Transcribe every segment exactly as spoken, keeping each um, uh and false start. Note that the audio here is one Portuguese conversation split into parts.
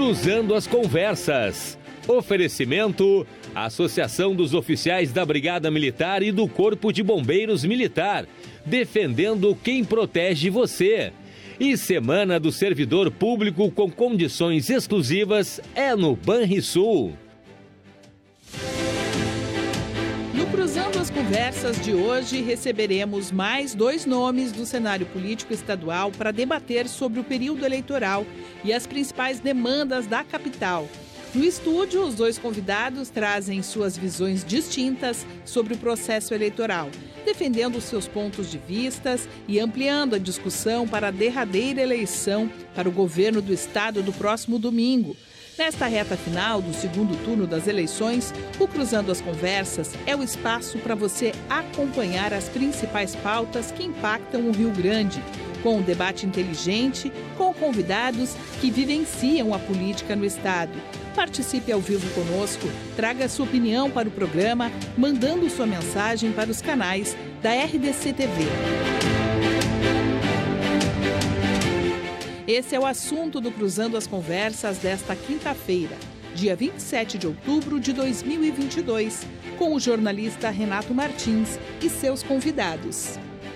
Cruzando as Conversas. Oferecimento: Associação dos Oficiais da Brigada Militar e do Corpo de Bombeiros Militar, defendendo quem protege você. E Semana do Servidor Público com condições exclusivas é no Banrisul. No Cruzando as Conversas de hoje, receberemos mais dois nomes do cenário político estadual para debater sobre o período eleitoral e as principais demandas da capital. No estúdio, os dois convidados trazem suas visões distintas sobre o processo eleitoral, defendendo seus pontos de vistas e ampliando a discussão para a derradeira eleição para o governo do estado do próximo domingo. Nesta reta final do segundo turno das eleições, o Cruzando as Conversas é o espaço para você acompanhar as principais pautas que impactam o Rio Grande, com um debate inteligente, com convidados que vivenciam a política no estado. Participe ao vivo conosco, traga sua opinião para o programa, mandando sua mensagem para os canais da R D C T V. Esse é o assunto do Cruzando as Conversas desta quinta-feira, dia vinte e sete de outubro de dois mil e vinte e dois, com o jornalista Renato Martins e seus convidados.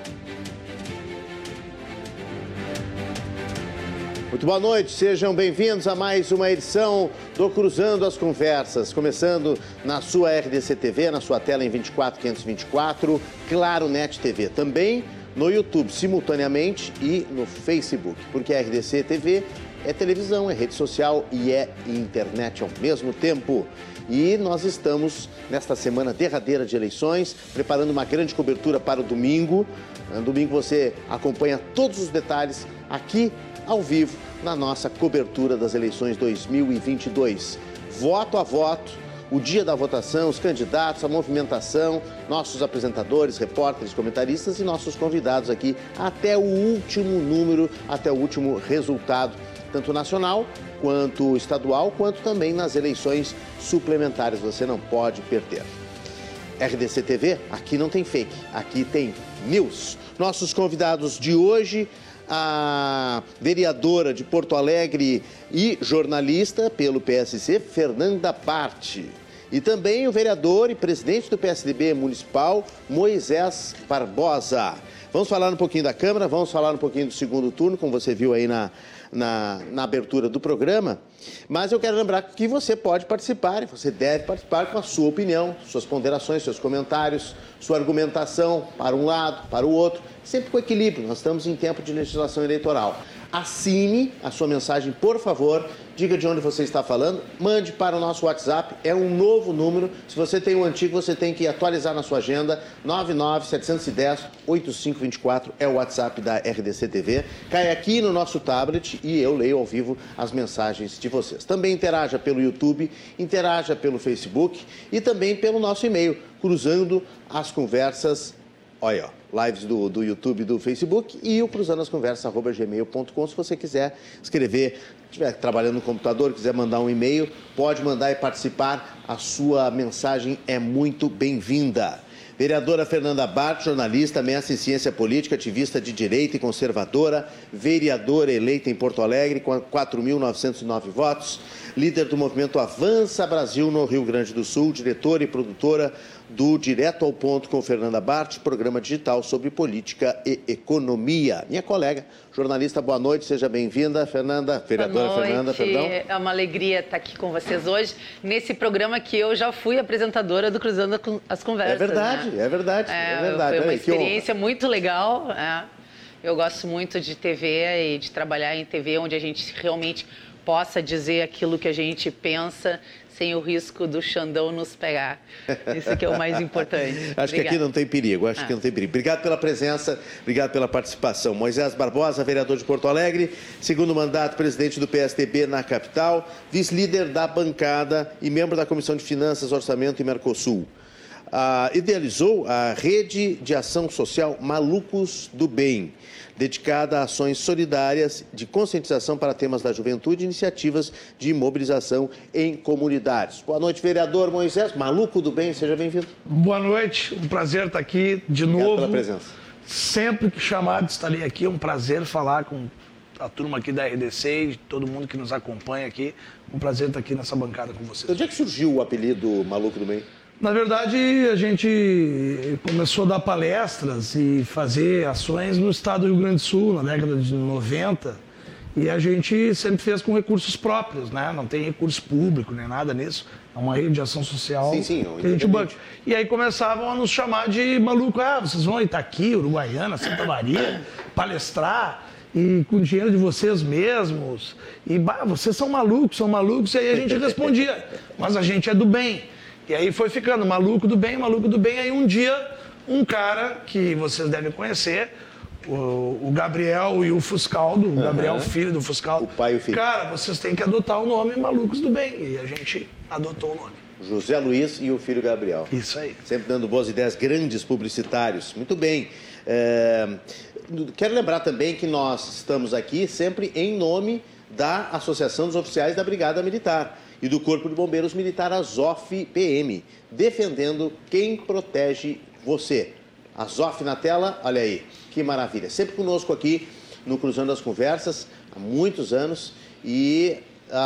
Muito boa noite, sejam bem-vindos a mais uma edição do Cruzando as Conversas, começando na sua R D C T V, na sua tela em vinte e quatro quinhentos e vinte e quatro, Claro Net T V, também no YouTube simultaneamente e no Facebook, porque a R D C T V é televisão, é rede social e é internet ao mesmo tempo. E nós estamos nesta semana derradeira de eleições, preparando uma grande cobertura para o domingo. No domingo você acompanha todos os detalhes aqui ao vivo na nossa cobertura das eleições dois mil e vinte e dois. Voto a voto, o dia da votação, os candidatos, a movimentação, nossos apresentadores, repórteres, comentaristas e nossos convidados aqui até o último número, até o último resultado, tanto nacional quanto estadual, quanto também nas eleições suplementares. Você não pode perder. R D C T V, aqui não tem fake, aqui tem news. Nossos convidados de hoje: a vereadora de Porto Alegre e jornalista pelo P S C, Fernanda Bart. E também o vereador e presidente do P S D B municipal, Moisés Barbosa. Vamos falar um pouquinho da Câmara, vamos falar um pouquinho do segundo turno, como você viu aí na, na, na abertura do programa. Mas eu quero lembrar que você pode participar, e você deve participar com a sua opinião, suas ponderações, seus comentários, sua argumentação para um lado, para o outro, sempre com equilíbrio. Nós estamos em tempo de legislação eleitoral. Assine a sua mensagem, por favor, diga de onde você está falando, mande para o nosso WhatsApp, é um novo número. Se você tem um antigo, você tem que atualizar na sua agenda. Nove nove sete um zero oito cinco dois quatro é o WhatsApp da R D C T V. Cai aqui no nosso tablet e eu leio ao vivo as mensagens de vocês. Também interaja pelo YouTube, interaja pelo Facebook e também pelo nosso e-mail, cruzando as conversas. Olha, ó, lives do, do YouTube e do Facebook e o cruzando as conversas arroba gmail ponto com. Se você quiser escrever, estiver trabalhando no computador, quiser mandar um e-mail, pode mandar e participar. A sua mensagem é muito bem-vinda. Vereadora Fernanda Bart, jornalista, mestre em ciência política, ativista de direita e conservadora, vereadora eleita em Porto Alegre com quatro mil novecentos e nove votos, líder do movimento Avança Brasil no Rio Grande do Sul, diretora e produtora do Direto ao Ponto com Fernanda Bart, programa digital sobre política e economia. Minha colega, jornalista, boa noite, seja bem-vinda, Fernanda, vereadora boa noite. Fernanda, perdão. É uma alegria estar aqui com vocês hoje, nesse programa que eu já fui apresentadora do Cruzando as Conversas. É verdade, né? é verdade, é, é verdade. Foi uma Aí, experiência muito legal, é. Eu gosto muito de T V e de trabalhar em T V, onde a gente realmente possa dizer aquilo que a gente pensa, sem o risco do Xandão nos pegar. Isso que é o mais importante. Acho Obrigada. que aqui não tem perigo, acho ah. que não tem perigo. Obrigado pela presença, obrigado pela participação. Moisés Barbosa, vereador de Porto Alegre, segundo mandato, presidente do P S D B na capital, vice-líder da bancada e membro da Comissão de Finanças, Orçamento e Mercosul. Ah, idealizou a Rede de Ação Social Malucos do Bem, dedicada a ações solidárias de conscientização para temas da juventude e iniciativas de mobilização em comunidades. Boa noite, vereador Moisés. Maluco do Bem, seja bem-vindo. Boa noite, um prazer estar aqui de Obrigado novo. pela presença. Sempre que chamado estarei aqui, é um prazer falar com a turma aqui da R D C e todo mundo que nos acompanha aqui. Um prazer estar aqui nessa bancada com vocês. Onde é que surgiu o apelido Maluco do Bem? Na verdade, a gente começou a dar palestras e fazer ações no estado do Rio Grande do Sul, na década de noventa, e a gente sempre fez com recursos próprios, né? Não tem recurso público nem nada nisso. É uma rede de ação social sim, sim, que a gente banca. E aí começavam a nos chamar de maluco. Ah, vocês vão a Itaqui, Uruguaiana, Santa Maria, palestrar, e com dinheiro de vocês mesmos. E, bah, vocês são malucos, são malucos. E aí a gente respondia, mas a gente é do bem. E aí foi ficando maluco do bem, maluco do bem. Aí um dia, um cara que vocês devem conhecer, o, o Gabriel e o Fuscaldo, o Gabriel, uhum. filho do Fuscaldo. O pai e o filho. Cara, vocês têm que adotar o nome Malucos do Bem. E a gente adotou o nome. José Luiz e o filho Gabriel. Isso aí. Sempre dando boas ideias, grandes publicitários. Muito bem. É... Quero lembrar também que nós estamos aqui sempre em nome da Associação dos Oficiais da Brigada Militar e do Corpo de Bombeiros Militar, Azof P M, defendendo quem protege você. Azof na tela, olha aí, que maravilha. Sempre conosco aqui no Cruzando as Conversas, há muitos anos, e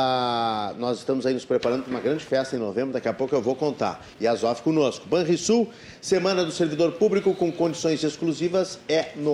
ah, nós estamos aí nos preparando para uma grande festa em novembro, daqui a pouco eu vou contar. E a Azof conosco. Banrisul, Semana do Servidor Público com condições exclusivas, é no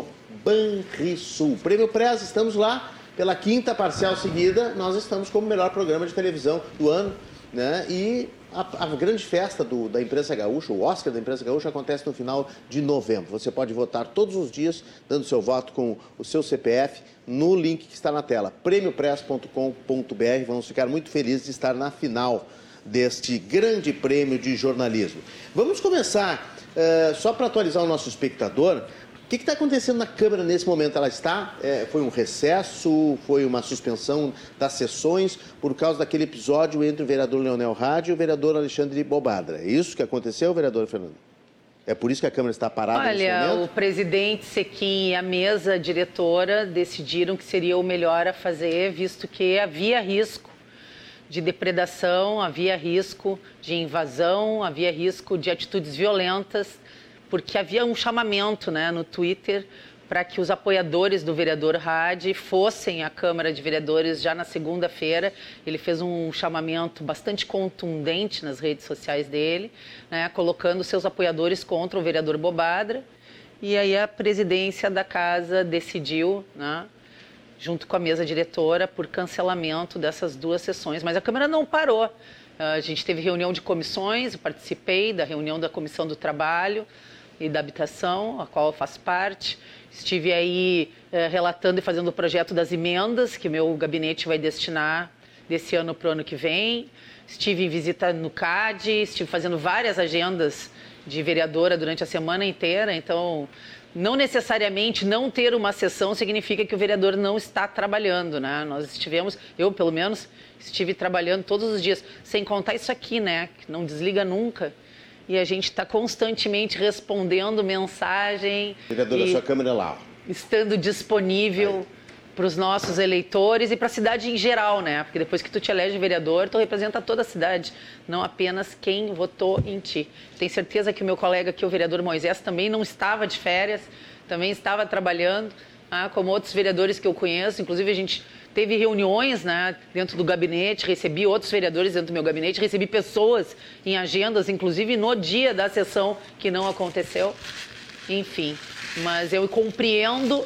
Banrisul. Prêmio Prez, estamos lá pela quinta parcial seguida, nós estamos como o melhor programa de televisão do ano, né? E a, a grande festa do, da imprensa gaúcha, o Oscar da imprensa gaúcha, acontece no final de novembro. Você pode votar todos os dias, dando seu voto com o seu C P F no link que está na tela, prêmio press ponto com ponto b r. Vamos ficar muito felizes de estar na final deste grande prêmio de jornalismo. Vamos começar, uh, só para atualizar o nosso espectador. O que está acontecendo na Câmara nesse momento? Ela está, é, foi um recesso, foi uma suspensão das sessões por causa daquele episódio entre o vereador Leonel Hadi e o vereador Alexandre Bobadra. É isso que aconteceu, vereador Fernando? É por isso que a Câmara está parada Olha, nesse momento? Olha, o presidente Sequim e a mesa diretora decidiram que seria o melhor a fazer, visto que havia risco de depredação, havia risco de invasão, havia risco de atitudes violentas, porque havia um chamamento, né, no Twitter para que os apoiadores do vereador Hadi fossem à Câmara de Vereadores já na segunda-feira. Ele fez um chamamento bastante contundente nas redes sociais dele, né, colocando seus apoiadores contra o vereador Bobadra. E aí a presidência da casa decidiu, né, junto com a mesa diretora, por cancelamento dessas duas sessões. Mas a Câmara não parou. A gente teve reunião de comissões, eu participei da reunião da Comissão do Trabalho e da Habitação, a qual eu faço parte. Estive aí eh, relatando e fazendo o projeto das emendas, que meu gabinete vai destinar desse ano para o ano que vem. Estive em visita no C A D, estive fazendo várias agendas de vereadora durante a semana inteira. Então, não necessariamente não ter uma sessão significa que o vereador não está trabalhando, né? Nós estivemos, eu pelo menos, estive trabalhando todos os dias, sem contar isso aqui, né? Que não desliga nunca. E a gente está constantemente respondendo mensagem. Vereadora, a sua câmera é lá. Estando disponível para os nossos eleitores e para a cidade em geral, né? Porque depois que tu te elege vereador, tu representa toda a cidade, não apenas quem votou em ti. Tenho certeza que o meu colega aqui, o vereador Moisés, também não estava de férias, também estava trabalhando, ah, como outros vereadores que eu conheço. Inclusive, a gente teve reuniões, né, dentro do gabinete, recebi outros vereadores dentro do meu gabinete, recebi pessoas em agendas, inclusive no dia da sessão que não aconteceu. Enfim, mas eu compreendo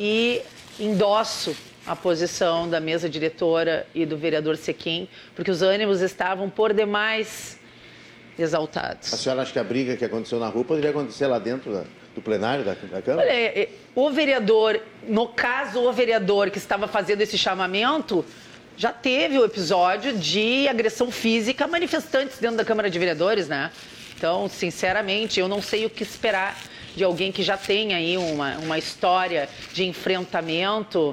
e endosso a posição da mesa diretora e do vereador Sequim, porque os ânimos estavam por demais exaltados. A senhora acha que a briga que aconteceu na rua poderia acontecer lá dentro da... do plenário da, da Câmara? Olha, o vereador, no caso, o vereador que estava fazendo esse chamamento, já teve o episódio de agressão física a manifestantes dentro da Câmara de Vereadores, né? Então, sinceramente, eu não sei o que esperar de alguém que já tem aí uma, uma história de enfrentamento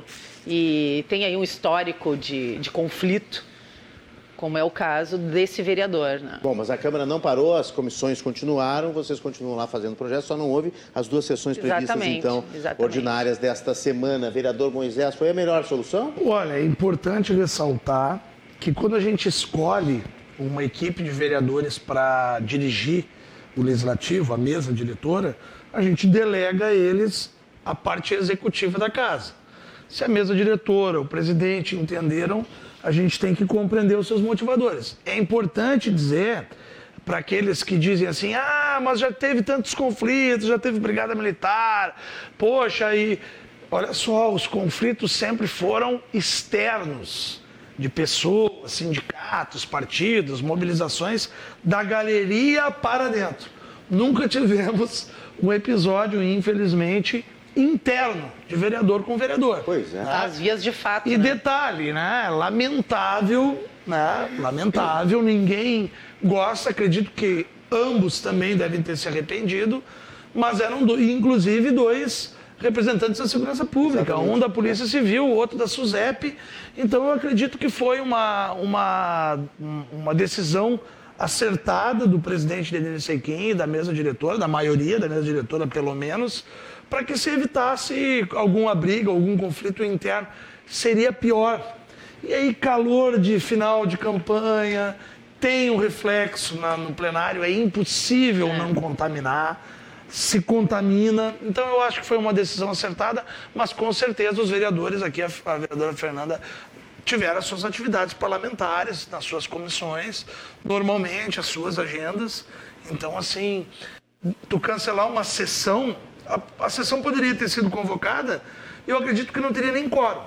e tem aí um histórico de, de conflito, como é o caso desse vereador, né? Bom, mas a Câmara não parou, as comissões continuaram, vocês continuam lá fazendo projeto, só não houve as duas sessões previstas, exatamente, então, exatamente. ordinárias desta semana. Vereador Moisés, foi a melhor solução? Olha, é importante ressaltar que quando a gente escolhe uma equipe de vereadores para dirigir o Legislativo, a mesa diretora, a gente delega a eles a parte executiva da casa. Se a mesa diretora, o presidente entenderam, a gente tem que compreender os seus motivadores. É importante dizer para aqueles que dizem assim, ah, mas já teve tantos conflitos, já teve brigada militar, poxa, e olha só, os conflitos sempre foram externos, de pessoas, sindicatos, partidos, mobilizações da galeria para dentro. Nunca tivemos um episódio, infelizmente, interno, de vereador com vereador. Pois é. As vias de fato, E né? detalhe, né? Lamentável, né? Lamentável, ninguém gosta, acredito que ambos também devem ter se arrependido, mas eram, do, inclusive, dois representantes da segurança pública, Exatamente. um da Polícia Civil, o outro da SUSEP. Então, eu acredito que foi uma, uma, uma decisão acertada do presidente Denilson Sequim e da mesa diretora, da maioria da mesa diretora, pelo menos, para que se evitasse alguma briga, algum conflito interno. Seria pior. E aí, calor de final de campanha, tem um reflexo na, no plenário, é impossível é. não contaminar, se contamina. Então, eu acho que foi uma decisão acertada, mas com certeza os vereadores aqui, a, a vereadora Fernanda, tiveram as suas atividades parlamentares, nas suas comissões, normalmente, as suas agendas. Então, assim, tu cancelar uma sessão, a, a sessão poderia ter sido convocada, eu acredito que não teria nem quórum,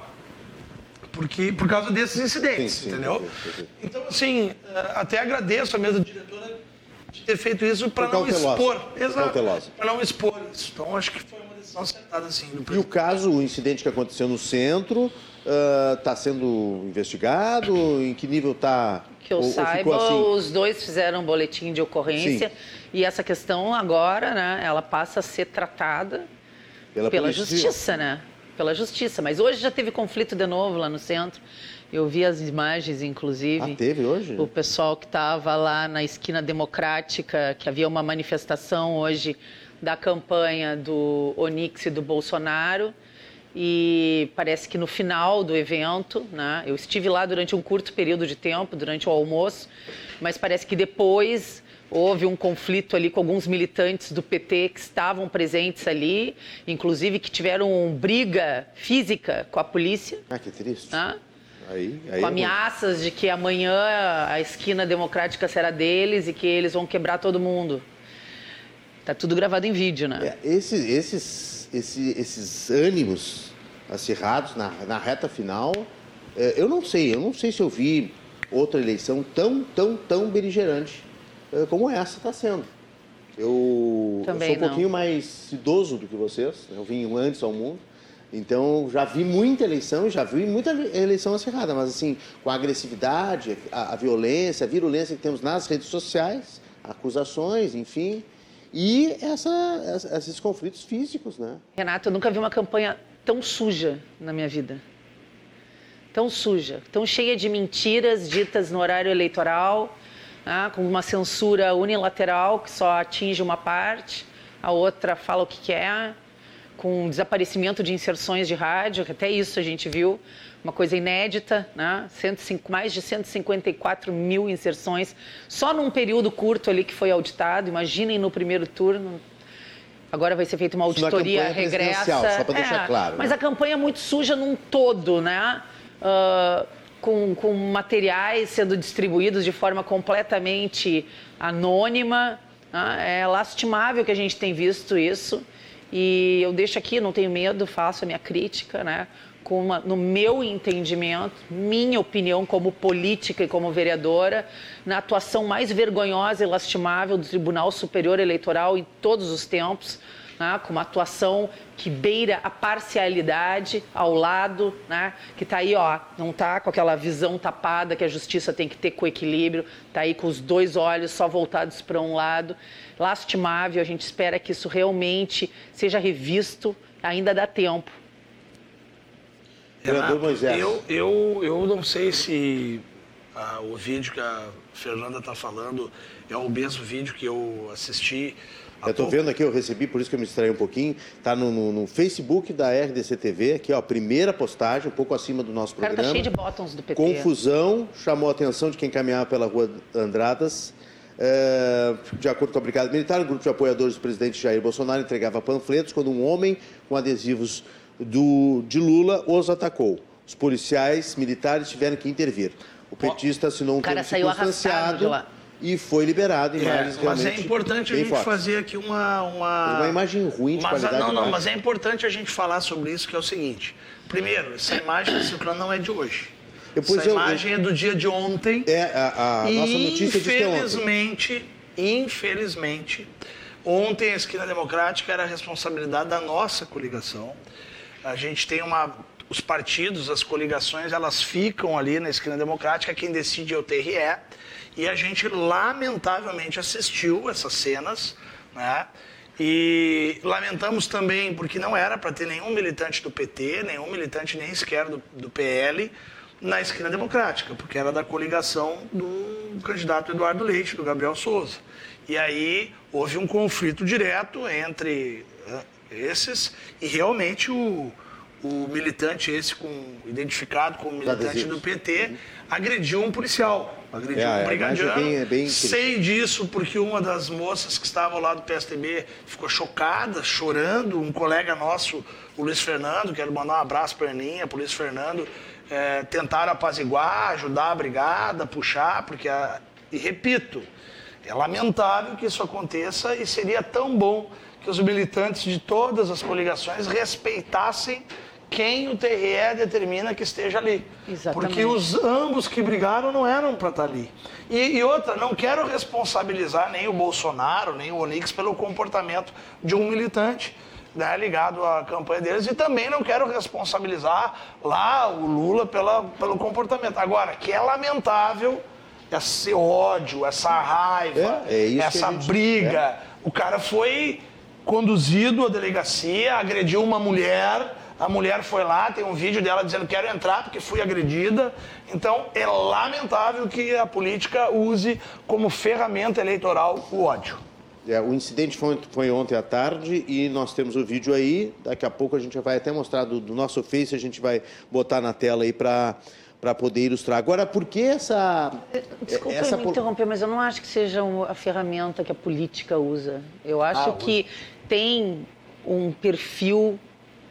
porque, por causa desses incidentes, sim, sim, entendeu? Sim, sim. Então, assim, até agradeço a mesa diretora de ter feito isso para não expor. Exato, para não expor isso. Então, acho que foi uma decisão acertada, assim. E o caso, o incidente que aconteceu no centro, está uh, sendo investigado? Em que nível está? Que eu ou, saiba, ou assim? Os dois fizeram um boletim de ocorrência. Sim. E essa questão agora, né, ela passa a ser tratada pela, pela justiça, né? Pela justiça. Mas hoje já teve conflito de novo lá no centro. Eu vi as imagens, inclusive. Ah, teve hoje? O pessoal que estava lá na esquina democrática, que havia uma manifestação hoje da campanha do Onix e do Bolsonaro. E parece que no final do evento, né, eu estive lá durante um curto período de tempo, durante o almoço, mas parece que depois houve um conflito ali com alguns militantes do P T que estavam presentes ali, inclusive que tiveram briga física com a polícia. Ah, que triste. Né? Aí, aí com ameaças de que amanhã a esquina democrática será deles e que eles vão quebrar todo mundo. Tá tudo gravado em vídeo, né? É, esses, esses, esses, esses ânimos acirrados na, na reta final, é, eu não sei, eu não sei se eu vi outra eleição tão, tão, tão beligerante é, como essa está sendo. Eu, eu sou um não. pouquinho mais idoso do que vocês, eu vim antes ao mundo. Então, já vi muita eleição, já vi muita eleição acirrada, mas assim, com a agressividade, a, a violência, a virulência que temos nas redes sociais, acusações, enfim, e essa, essa, esses conflitos físicos, né? Renato, eu nunca vi uma campanha tão suja na minha vida. Tão suja, tão cheia de mentiras ditas no horário eleitoral, né, com uma censura unilateral que só atinge uma parte, a outra fala o que quer, com desaparecimento de inserções de rádio, que até isso a gente viu, uma coisa inédita, né? cento e cinco, mais de cento e cinquenta e quatro mil inserções, só num período curto ali que foi auditado, imaginem no primeiro turno. Agora vai ser feita uma auditoria regressa. Só para deixar é, claro. Mas né? a campanha é muito suja num todo, né? Uh, com, com materiais sendo distribuídos de forma completamente anônima. Né? É lastimável que a gente tem visto isso. E eu deixo aqui, não tenho medo, faço a minha crítica, né? Com uma, no meu entendimento, minha opinião como política e como vereadora, na atuação mais vergonhosa e lastimável do Tribunal Superior Eleitoral em todos os tempos, né? Com uma atuação que beira a parcialidade ao lado, né? Que está aí, ó, não está com aquela visão tapada que a justiça tem que ter com equilíbrio, está aí com os dois olhos só voltados para um lado. Lastimável, a gente espera que isso realmente seja revisto, ainda dá tempo. Renato, eu, eu, eu não sei se ah, o vídeo que a Fernanda está falando é o mesmo vídeo que eu assisti. Eu estou vendo aqui, eu recebi, por isso que eu me distraí um pouquinho. Está no, no, no Facebook da R D C T V, aqui, ó, primeira postagem, um pouco acima do nosso programa. O cara tá cheio de botões do P T. Confusão, chamou a atenção de quem caminhava pela rua Andradas. É, de acordo com a Brigada Militar, o grupo de apoiadores do presidente Jair Bolsonaro entregava panfletos quando um homem com adesivos do, de Lula os atacou. Os policiais militares tiveram que intervir. O petista assinou um termo circunstanciado e foi liberado. Imagens é, mas é importante a gente fortes. fazer aqui uma... Uma, uma imagem ruim de mas, qualidade. Não, não, de mas é importante a gente falar sobre isso, que é o seguinte. Primeiro, essa imagem circulando não é de hoje. Depois essa eu, imagem eu... é do dia de ontem. É, a, a nossa notícia diz que é ontem. Infelizmente, infelizmente, ontem a Esquina Democrática era a responsabilidade da nossa coligação. A gente tem uma... Os partidos, as coligações, elas ficam ali na Esquina Democrática, quem decide é o T R E, e a gente, lamentavelmente, assistiu essas cenas, né? E lamentamos também, porque não era para ter nenhum militante do P T, nenhum militante nem sequer do, do P L, na Esquina Democrática, porque era da coligação do candidato Eduardo Leite, do Gabriel Souza. E aí houve um conflito direto entre uh, esses, e realmente o... O militante esse, com, identificado como militante do P T, agrediu um policial, agrediu é, um brigadiano. É bem, é bem Sei disso porque uma das moças que estavam lá do P S D B ficou chocada, chorando. Um colega nosso, o Luiz Fernando, quero mandar um abraço para a Aninha, para o Luiz Fernando, é, tentaram apaziguar, ajudar a brigada, puxar, porque, a, e repito, é lamentável que isso aconteça e seria tão bom que os militantes de todas as coligações respeitassem quem o T R E determina que esteja ali. Exatamente. Porque os ambos que brigaram não eram para estar ali. E, e outra, não quero responsabilizar nem o Bolsonaro, nem o Onix pelo comportamento de um militante, né, ligado à campanha deles, e também não quero responsabilizar lá o Lula pela, pelo comportamento. Agora, que é lamentável esse ódio, essa raiva, é, é isso essa que a gente, briga. É. O cara foi conduzido à delegacia, agrediu uma mulher, a mulher foi lá, tem um vídeo dela dizendo quero entrar porque fui agredida. Então é lamentável que a política use como ferramenta eleitoral o ódio. É, o incidente foi, foi ontem à tarde e nós temos o vídeo aí, daqui a pouco a gente vai até mostrar do, do nosso Face, a gente vai botar na tela aí para para poder ilustrar. Agora, por que essa... Desculpa essa... me interromper, mas eu não acho que seja a ferramenta que a política usa. Eu acho ah, que tem um perfil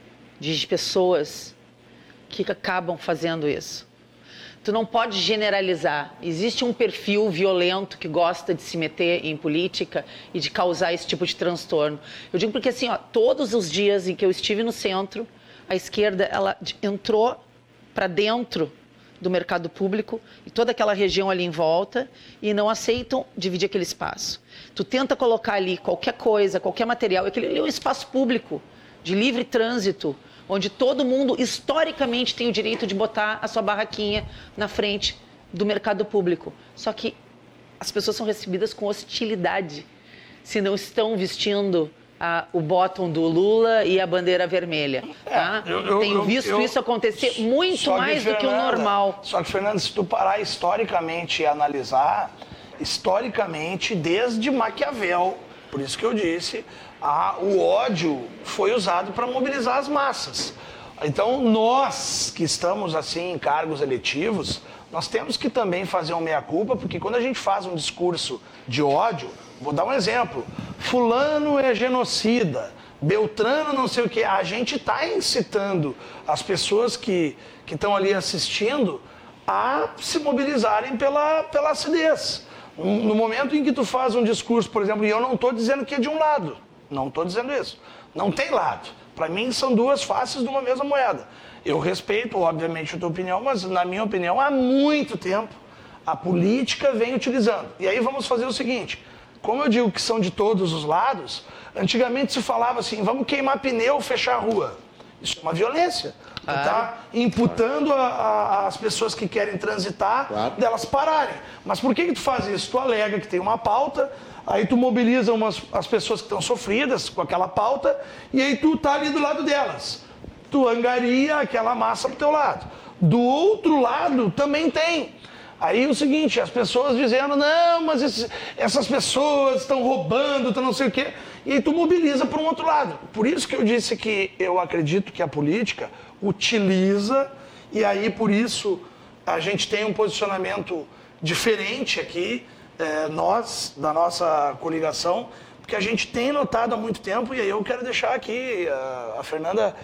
de pessoas que acabam fazendo isso. Tu não pode generalizar. Existe um perfil violento que gosta de se meter em política e de causar esse tipo de transtorno. Eu digo porque, assim, ó, todos os dias em que eu estive no centro, a esquerda ela entrou para dentro do mercado público e toda aquela região ali em volta e não aceitam dividir aquele espaço. Tu tenta colocar ali qualquer coisa, qualquer material, aquele ali é um espaço público, de livre trânsito, onde todo mundo, historicamente, tem o direito de botar a sua barraquinha na frente do mercado público. Só que as pessoas são recebidas com hostilidade se não estão vestindo a, o bottom do Lula e a bandeira vermelha. Tá? É, eu, eu, Tenho visto eu, eu, isso acontecer muito mais que, do que o normal. Só que, Fernando, se tu parar historicamente e analisar, historicamente, desde Maquiavel, por isso que eu disse, a, o ódio foi usado para mobilizar as massas. Então, nós que estamos assim em cargos eletivos, nós temos que também fazer um meia-culpa, porque quando a gente faz um discurso de ódio, vou dar um exemplo, fulano é genocida, Beltrano não sei o quê, a gente está incitando as pessoas que que estão ali assistindo a se mobilizarem pela, pela acidez. No momento em que tu faz um discurso, por exemplo, e eu não estou dizendo que é de um lado, não estou dizendo isso, não tem lado. Para mim são duas faces de uma mesma moeda. Eu respeito, obviamente, a tua opinião, mas na minha opinião, há muito tempo a política vem utilizando. E aí vamos fazer o seguinte, como eu digo que são de todos os lados, antigamente se falava assim, vamos queimar pneu, fechar a rua. Isso é uma violência. Tu está imputando a, a, as pessoas que querem transitar, claro, delas pararem. Mas por que que tu faz isso? Tu alega que tem uma pauta, aí tu mobiliza umas, as pessoas que estão sofridas com aquela pauta, e aí tu tá ali do lado delas. Tu angaria aquela massa pro teu lado. Do outro lado também tem. Aí o seguinte, as pessoas dizendo, não, mas esses, essas pessoas estão roubando, estão não sei o quê, e aí tu mobiliza para um outro lado. Por isso que eu disse que eu acredito que a política utiliza, e aí por isso a gente tem um posicionamento diferente aqui, é, nós, da nossa coligação, porque a gente tem notado há muito tempo, e aí eu quero deixar aqui, a, a Fernanda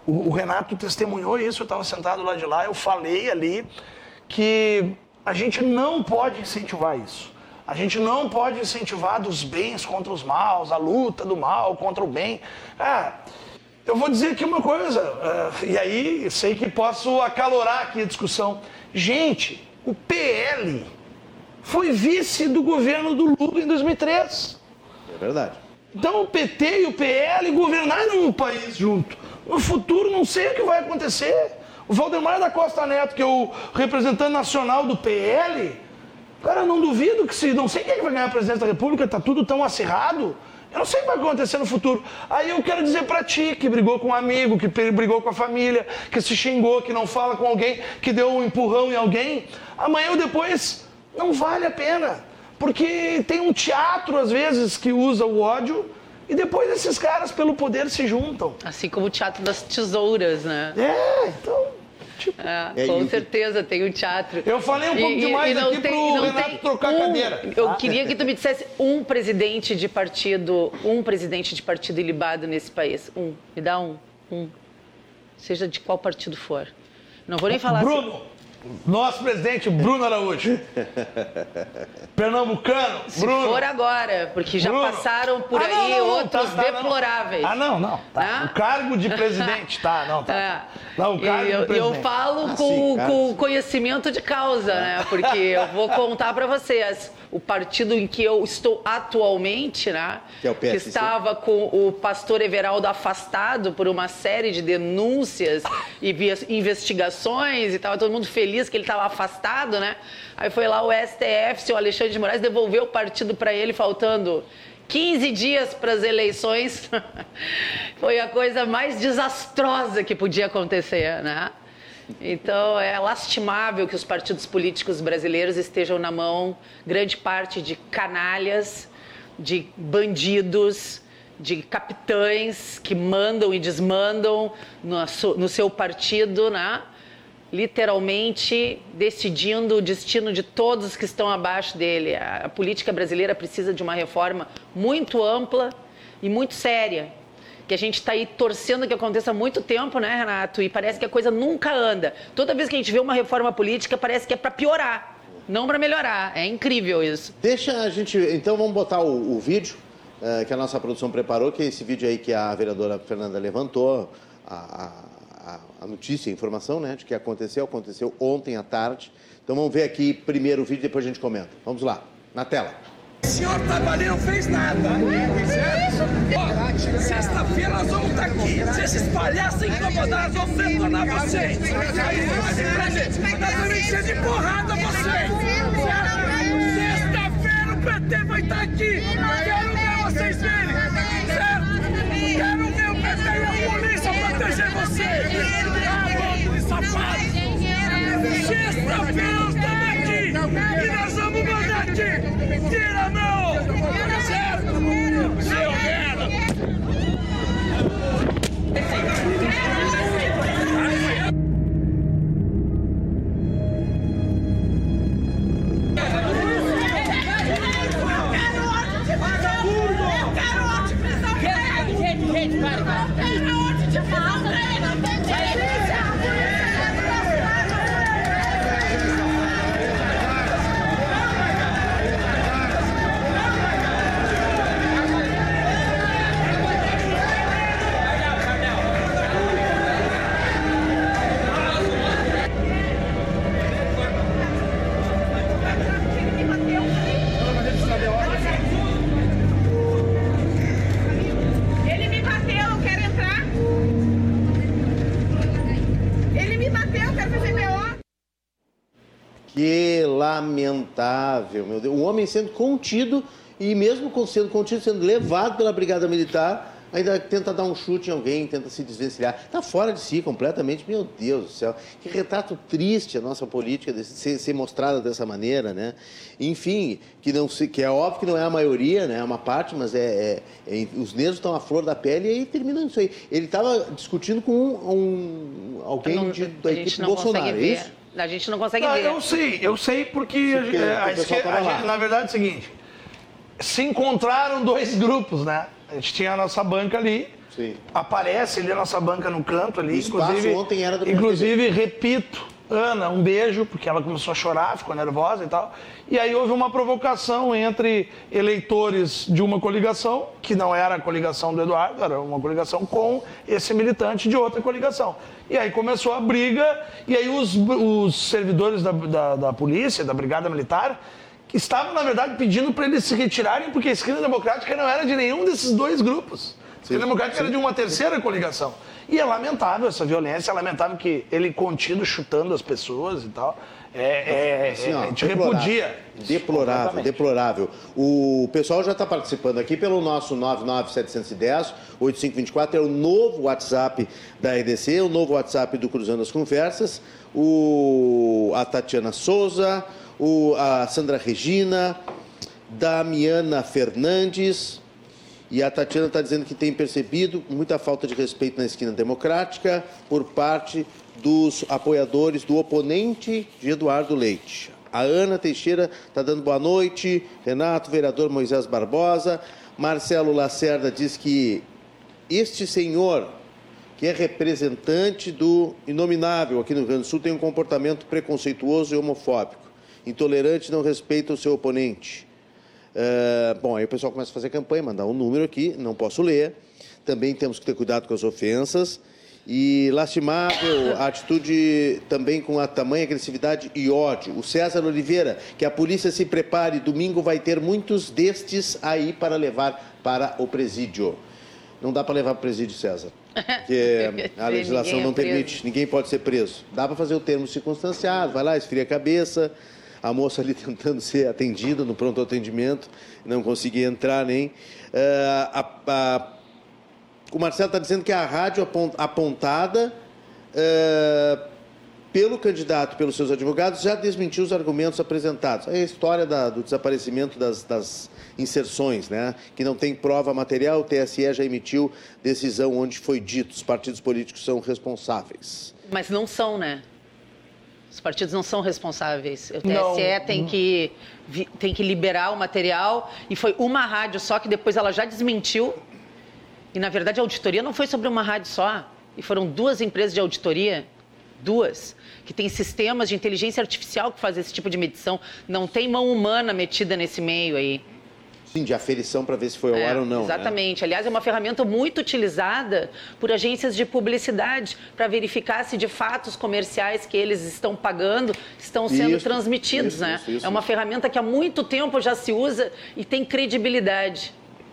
o, o Renato testemunhou isso, eu estava sentado lá de lá, eu falei ali que a gente não pode incentivar isso. A gente não pode incentivar dos bens contra os maus, a luta do mal contra o bem. Ah, eu vou dizer aqui uma coisa, uh, e aí sei que posso acalorar aqui a discussão. Gente, o P L foi vice do governo do Lula em dois mil e três. É verdade. Então o P T e o P L governaram o país junto. No futuro não sei o que vai acontecer. O Valdemar da Costa Neto, que é o representante nacional do P L, cara, eu não duvido que se... Não sei quem vai ganhar a presidência da República, tá tudo tão acirrado. Eu não sei o que vai acontecer no futuro. Aí eu quero dizer pra ti, que brigou com um amigo, que brigou com a família, que se xingou, que não fala com alguém, que deu um empurrão em alguém, amanhã ou depois não vale a pena. Porque tem um teatro, às vezes, que usa o ódio e depois esses caras, pelo poder, se juntam. Assim como o teatro das tesouras, né? É, então... Tipo, é, com certeza, tem um teatro. Eu falei um pouco e, demais e não aqui tem, pro não Renato tem trocar um, a cadeira. Eu ah. queria que tu me dissesse um presidente de partido, um presidente de partido ilibado nesse país. Um. Me dá um. Um. Seja de qual partido for. Não vou nem falar Bruno! Assim. Nosso presidente, Bruno Araújo. Pernambucano, Se Bruno. Se for agora, porque já Bruno. passaram por ah, aí não, não, não, outros tá, tá, deploráveis. Não. Ah, não, não. Tá. Ah? O cargo de presidente, tá, não, tá. É. Não, o cargo eu, de presidente. eu falo ah, com, sim, com conhecimento de causa, né? Porque eu vou contar para vocês. O partido em que eu estou atualmente, né? Que é o P S C. Que estava com o pastor Everaldo afastado por uma série de denúncias e investigações e estava todo mundo feliz que ele estava afastado, né? Aí foi lá o S T F, seu Alexandre de Moraes, devolveu o partido para ele faltando quinze dias para as eleições. Foi a coisa mais desastrosa que podia acontecer, né? Então, é lastimável que os partidos políticos brasileiros estejam na mão, grande parte de canalhas, de bandidos, de capitães que mandam e desmandam no seu partido, né? Literalmente decidindo o destino de todos que estão abaixo dele. A política brasileira precisa de uma reforma muito ampla e muito séria, que a gente está aí torcendo que aconteça há muito tempo, né, Renato? E parece que a coisa nunca anda. Toda vez que a gente vê uma reforma política, parece que é para piorar, não para melhorar. É incrível isso. Deixa a gente... Então vamos botar o, o vídeo uh, que a nossa produção preparou, que é esse vídeo aí que a vereadora Fernanda levantou, a, a, a notícia, a informação, né, de que aconteceu, aconteceu ontem à tarde. Então vamos ver aqui primeiro o vídeo, depois a gente comenta. Vamos lá, na tela. O senhor estava ali, não fez nada. Ó, sexta-feira nós vamos estar aqui. Se esses palhaços incomodarem, nós vamos detonar vocês. Aí, nós vamos encher de porrada vocês. Sexta-feira o P T vai estar aqui. Quero ver vocês verem. Certo? Quero ver o P T e a polícia proteger vocês. Ah, bando de safados. Sexta-feira nós estamos aqui. E nós vamos mandar aqui. Tira, não! Certo? Seu merda! Que lamentável, meu Deus. O homem sendo contido e mesmo sendo contido, sendo levado pela Brigada Militar, ainda tenta dar um chute em alguém, tenta se desvencilhar. Está fora de si completamente, meu Deus do céu. Que retrato triste a nossa política de ser, ser mostrada dessa maneira, né? Enfim, que, não se, que é óbvio que não é a maioria, né? É uma parte, mas é, é, é os nervos estão à flor da pele e aí termina isso aí. Ele estava discutindo com um, um, alguém não, de, da equipe Bolsonaro, é isso? A gente não consegue não, ver. Eu sei, eu sei porque, porque a, a esquerda, a gente, na verdade é o seguinte, se encontraram dois grupos, né? A gente tinha a nossa banca ali. Sim. Aparece ali a nossa banca no canto ali. O espaço inclusive, ontem era do Inclusive, repito, Ana, um beijo, porque ela começou a chorar, ficou nervosa e tal. E aí houve uma provocação entre eleitores de uma coligação, que não era a coligação do Eduardo, era uma coligação com esse militante de outra coligação. E aí começou a briga, e aí os, os servidores da, da, da polícia, da Brigada Militar, que estavam, na verdade, pedindo para eles se retirarem, porque a Esquerda Democrática não era de nenhum desses dois grupos. A Esquerda Democrática era de uma terceira coligação. E é lamentável essa violência, é lamentável que ele contido chutando as pessoas e tal. É, é, assim, é, ó, a gente repudia. Deplorável, deplorável. O pessoal já está participando aqui pelo nosso nove nove sete um zero, oito cinco dois quatro, é o novo WhatsApp da R D C, o novo WhatsApp do Cruzando as Conversas. O, a Tatiana Souza, o, a Sandra Regina, Damiana Fernandes. E a Tatiana está dizendo que tem percebido muita falta de respeito na esquina democrática por parte dos apoiadores do oponente de Eduardo Leite. A Ana Teixeira está dando boa noite. Renato, vereador Moisés Barbosa. Marcelo Lacerda diz que este senhor, que é representante do Inominável aqui no Rio Grande do Sul, tem um comportamento preconceituoso e homofóbico. Intolerante, não respeita o seu oponente. Uh, bom, aí o pessoal começa a fazer campanha, mandar um número aqui, não posso ler. Também temos que ter cuidado com as ofensas. E lastimável a atitude também com a tamanha agressividade e ódio. O César Oliveira, que a polícia se prepare, domingo vai ter muitos destes aí para levar para o presídio. Não dá para levar para o presídio, César, porque a legislação não permite, ninguém pode ser preso. Dá para fazer o termo circunstanciado, vai lá, esfria a cabeça. A moça ali tentando ser atendida no pronto atendimento, não conseguia entrar nem. Uh, a, a, o Marcelo está dizendo que a rádio apontada uh, pelo candidato, pelos seus advogados, já desmentiu os argumentos apresentados. É a história da, do desaparecimento das, das inserções, né? Que não tem prova material, o T S E já emitiu decisão onde foi dito os partidos políticos são responsáveis. Mas não são, né? Os partidos não são responsáveis. O T S E tem que, tem que liberar o material e foi uma rádio só que depois ela já desmentiu. E, na verdade, a auditoria não foi sobre uma rádio só. E foram duas empresas de auditoria, duas, que têm sistemas de inteligência artificial que fazem esse tipo de medição. Não tem mão humana metida nesse meio aí. Sim, de aferição para ver se foi ao é, ar ou não. Exatamente. Né? Aliás, é uma ferramenta muito utilizada por agências de publicidade para verificar se de fato os comerciais que eles estão pagando estão sendo isso, transmitidos. isso, né? isso, isso, é uma isso. ferramenta que há muito tempo já se usa e tem credibilidade.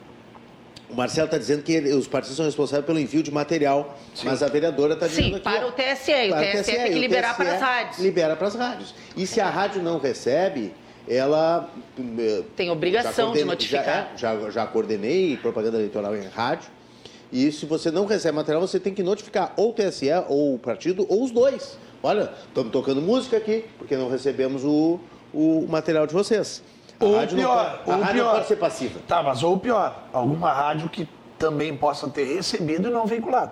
O Marcelo está dizendo que ele, os partidos são responsáveis pelo envio de material, sim, mas a vereadora está dizendo sim, aqui... para o T S E. O T S E tem que liberar para as rádios. Libera para as rádios. E se a rádio não recebe... ela... tem obrigação de notificar. Já, é, já, já coordenei propaganda eleitoral em rádio. E se você não recebe material, você tem que notificar ou o T S E, ou o partido, ou os dois. Olha, estamos tocando música aqui, porque não recebemos o, o material de vocês. A ou rádio pior, não, pode, a ou rádio pior. não pode ser passiva. Tá, mas ou pior, alguma rádio que também possa ter recebido e não veiculado.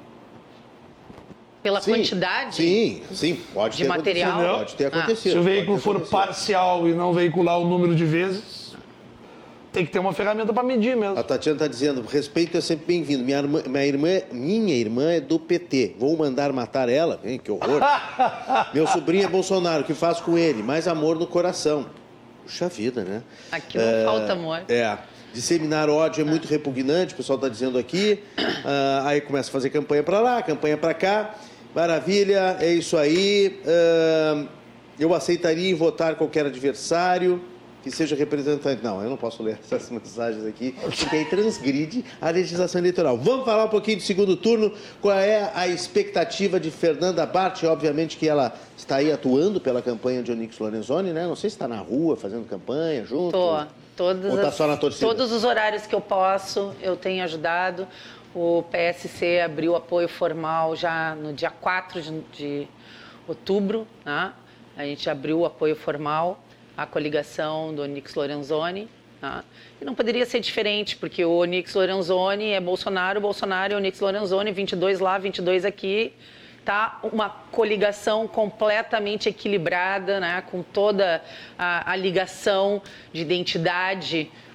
Pela sim, quantidade sim, sim, pode de ter material. Acontecido. Pode ter acontecido. Ah, se o veículo for acontecido. parcial e não veicular o número de vezes, tem que ter uma ferramenta para medir mesmo. A Tatiana está dizendo, respeito é sempre bem-vindo. Minha irmã, minha, irmã, minha irmã é do P T. Vou mandar matar ela? Hein, que horror. Meu sobrinho é Bolsonaro, o que faço com ele? Mais amor no coração. Puxa vida, né? Aqui não é, falta amor. É. Disseminar ódio é muito repugnante, o pessoal está dizendo aqui. Ah, aí começa a fazer campanha para lá, campanha para cá. Maravilha, é isso aí. Uh, eu aceitaria votar qualquer adversário que seja representante. Não, eu não posso ler essas mensagens aqui, porque aí transgride a legislação eleitoral. Vamos falar um pouquinho de segundo turno. Qual é a expectativa de Fernanda Bart? Obviamente que ela está aí atuando pela campanha de Onyx Lorenzoni, né? Não sei se está na rua fazendo campanha junto. Tô. Todas ou tá as, só na torcida? Todos os horários que eu posso, eu tenho ajudado. O P S C abriu apoio formal já no dia quatro de, de outubro, né? A gente abriu o apoio formal à coligação do Onyx Lorenzoni, né? E não poderia ser diferente, porque o Onyx Lorenzoni é Bolsonaro, Bolsonaro é Onyx Lorenzoni, vinte e dois lá, vinte e dois aqui. Tá uma coligação completamente equilibrada, né? Com toda a, a ligação de identidade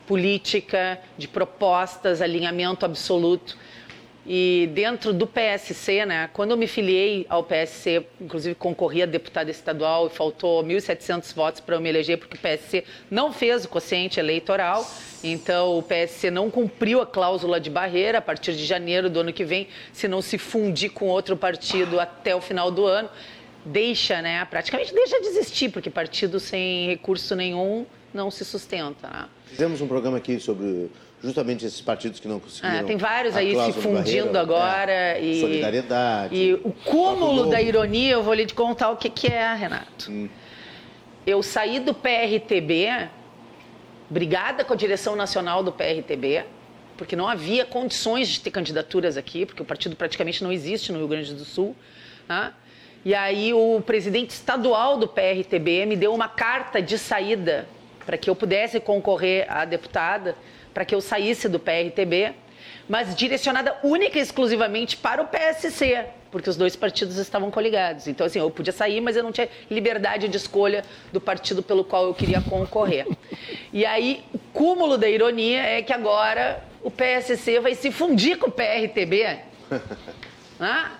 política, de propostas, alinhamento absoluto. E dentro do P S C, né, quando eu me filiei ao P S C, inclusive concorri a deputada estadual e faltou mil e setecentos votos para eu me eleger, porque o P S C não fez o quociente eleitoral, então o P S C não cumpriu a cláusula de barreira a partir de janeiro do ano que vem, se não se fundir com outro partido até o final do ano, deixa, né, praticamente deixa de existir, porque partido sem recurso nenhum não se sustenta, né? Fizemos um programa aqui sobre justamente esses partidos que não conseguiram. Ah, tem vários aí se fundindo barreira, agora. É, e, solidariedade. E o cúmulo da ironia, eu vou lhe contar o que, que é, Renato. Hum. Eu saí do P R T B, brigada com a direção nacional do P R T B, porque não havia condições de ter candidaturas aqui, porque o partido praticamente não existe no Rio Grande do Sul. Né? E aí o presidente estadual do P R T B me deu uma carta de saída para que eu pudesse concorrer a deputada, para que eu saísse do P R T B, mas direcionada única e exclusivamente para o P S C, porque os dois partidos estavam coligados. Então, assim, eu podia sair, mas eu não tinha liberdade de escolha do partido pelo qual eu queria concorrer. E aí, o cúmulo da ironia é que agora o P S C vai se fundir com o P R T B. Ah?